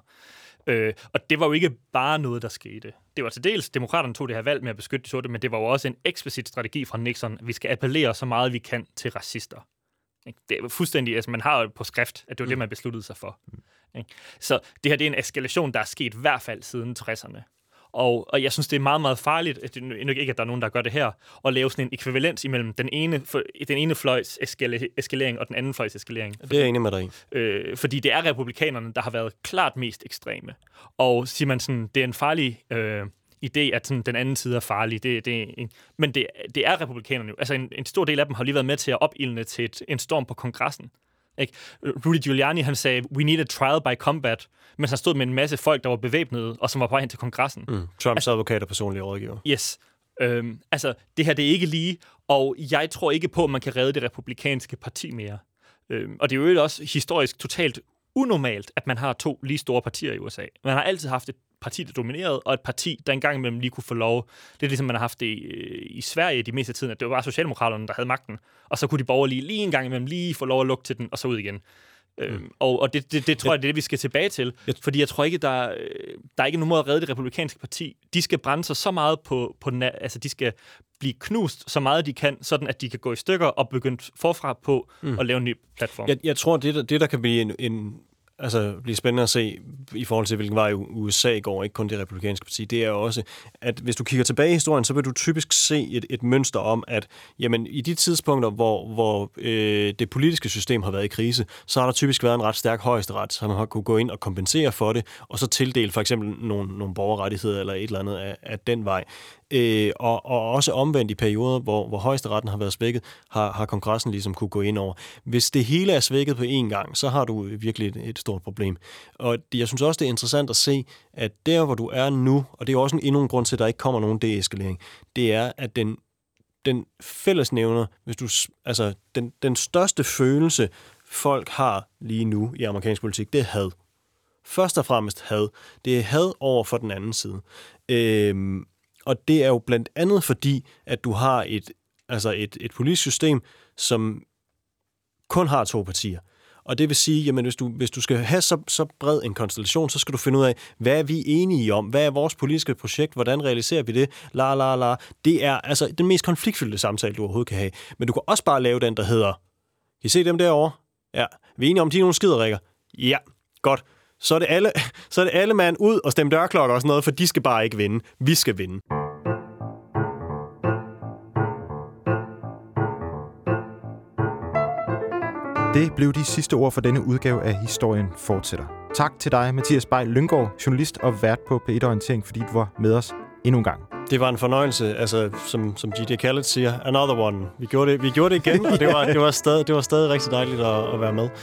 Og det var jo ikke bare noget, der skete. Det var til dels, demokraterne tog det her valg med at beskytte de sorte, men det var jo også en eksplicit strategi fra Nixon, at vi skal appellere så meget, vi kan til racister. Det er fuldstændig, altså man har jo på skrift, at det var det, man besluttede sig for. Så det her det er en eskalation, der er sket i hvert fald siden 60'erne. Og jeg synes, det er meget, meget farligt, at det ikke, at der er nogen, der gør det her, at lave sådan en ekvivalens imellem den ene fløjs eskalering og den anden fløjs eskalering. Det er jeg enig med dig i. Fordi det er republikanerne, der har været klart mest ekstreme. Og siger man sådan, det er en farlig idé, at sådan, den anden side er farlig. Men det er republikanerne jo. Altså en stor del af dem har lige været med til at opildne til en storm på kongressen. Ikke? Rudy Giuliani, han sagde, we need a trial by combat, mens han stod med en masse folk, der var bevæbnede, og som var på vej hen til kongressen. Trumps advokat og personlige rådgiver. Yes. Det her, det er ikke lige, og jeg tror ikke på, at man kan redde det republikanske parti mere. Og det er jo også historisk totalt unormalt, at man har to lige store partier i USA. Man har altid haft et parti, der dominerede, og et parti, der engang imellem lige kunne få lov. Det er ligesom, man har haft det i Sverige de meste af tiden, at det var bare Socialdemokraterne, der havde magten, og så kunne de borgerlige lige en gang imellem lige få lov at lukke til den, og så ud igen. Og det tror jeg, det er det, vi skal tilbage til. Fordi jeg tror ikke, der er ikke nogen måde at redde det republikanske parti. De skal brænde sig så meget på altså de skal blive knust så meget, de kan, sådan at de kan gå i stykker og begynde forfra på at lave en ny platform. Jeg tror, det der kan blive blive spændende at se i forhold til, hvilken vej USA går, ikke kun det republikanske parti, det er også, at hvis du kigger tilbage i historien, så vil du typisk se et mønster om, at jamen, i de tidspunkter, hvor det politiske system har været i krise, så har der typisk været en ret stærk højesteret, så man har kunne gå ind og kompensere for det, og så tildele for eksempel nogle borgerrettigheder eller et eller andet af den vej. Og også omvendt i perioder, hvor højesteretten har været svækket, har kongressen ligesom kunne gå ind over. Hvis det hele er svækket på én gang, så har du virkelig et stort problem. Og jeg synes også, det er interessant at se, at der, hvor du er nu, og det er også endnu en grund til, at der ikke kommer nogen deeskalering, det er, at den fællesnævner, den største følelse, folk har lige nu i amerikansk politik, det er had. Først og fremmest had. Det er had over for den anden side. Og det er jo blandt andet fordi, at du har et politisk system, som kun har to partier. Og det vil sige, jamen hvis du skal have så bred en konstellation, så skal du finde ud af, hvad er vi enige om? Hvad er vores politiske projekt? Hvordan realiserer vi det? Det er den mest konfliktfyldte samtale, du overhovedet kan have. Men du kan også bare lave den, der hedder, kan I se dem derovre? Ja. Vi er enige om, de er nogle skiderikker? Ja, godt. Så er det alle mand ud og stemme dørklokker og sådan noget, for de skal bare ikke vinde. Vi skal vinde. Det blev de sidste ord for denne udgave af Historien Fortsætter. Tak til dig, Mathias Bay Lynggaard, journalist og vært på P1 Orientering, fordi du var med os endnu en gang. Det var en fornøjelse, som G.D. Khaled siger, another one. Vi gjorde det igen, og det var stadig rigtig dejligt at være med.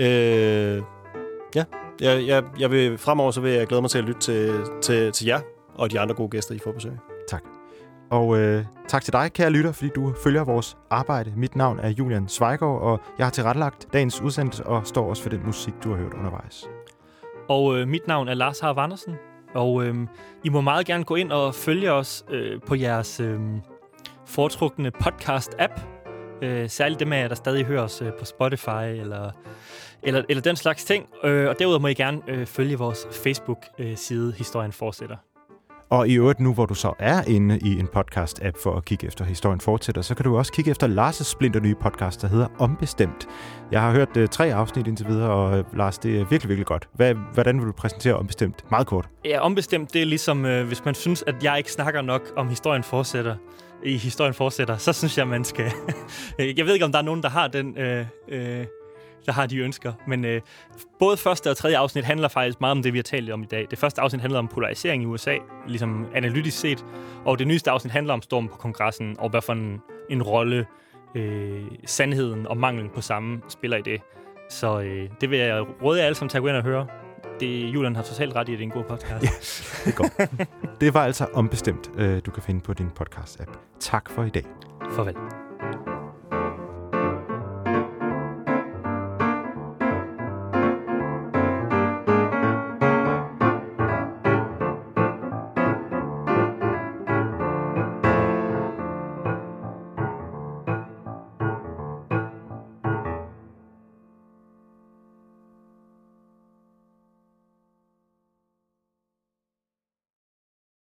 Jeg vil fremover så vil jeg glæde mig til at lytte til jer og de andre gode gæster, I får besøg. Tak. Og tak til dig, kære lytter, fordi du følger vores arbejde. Mit navn er Julian Zweigård, og jeg har tilrettelagt dagens udsendelse og står også for den musik, du har hørt undervejs. Og mit navn er Lars Harp Andersen, og I må meget gerne gå ind og følge os på jeres foretrukne podcast-app. Særligt dem af jer, der stadig hører os på Spotify eller den slags ting. Og derudover må I gerne følge vores Facebook-side Historien Fortsætter. Og i øvrigt nu, hvor du så er inde i en podcast-app for at kigge efter Historien Fortsætter, så kan du også kigge efter Lars' splinter nye podcast, der hedder Ombestemt. Jeg har hørt 3 afsnit indtil videre, og Lars, det er virkelig, virkelig godt. Hvordan vil du præsentere Ombestemt? Meget kort. Ja, Ombestemt, det er ligesom, hvis man synes, at jeg ikke snakker nok om Historien Fortsætter, i Historien Fortsætter, så synes jeg, man skal... Jeg ved ikke, om der er nogen, der har den... der har de ønsker. Men både første og tredje afsnit handler faktisk meget om det, vi har talt om i dag. Det første afsnit handler om polarisering i USA, ligesom analytisk set. Og det nyeste afsnit handler om stormen på kongressen, og hvad for en rolle sandheden og manglen på samme spiller i det. Så det vil jeg råde jer alle sammen til at gå ind og høre. Julian har totalt ret i, at det er en god podcast. Ja, det er godt. Det var altså Ombestemt, du kan finde på din podcast-app. Tak for i dag. Farvel.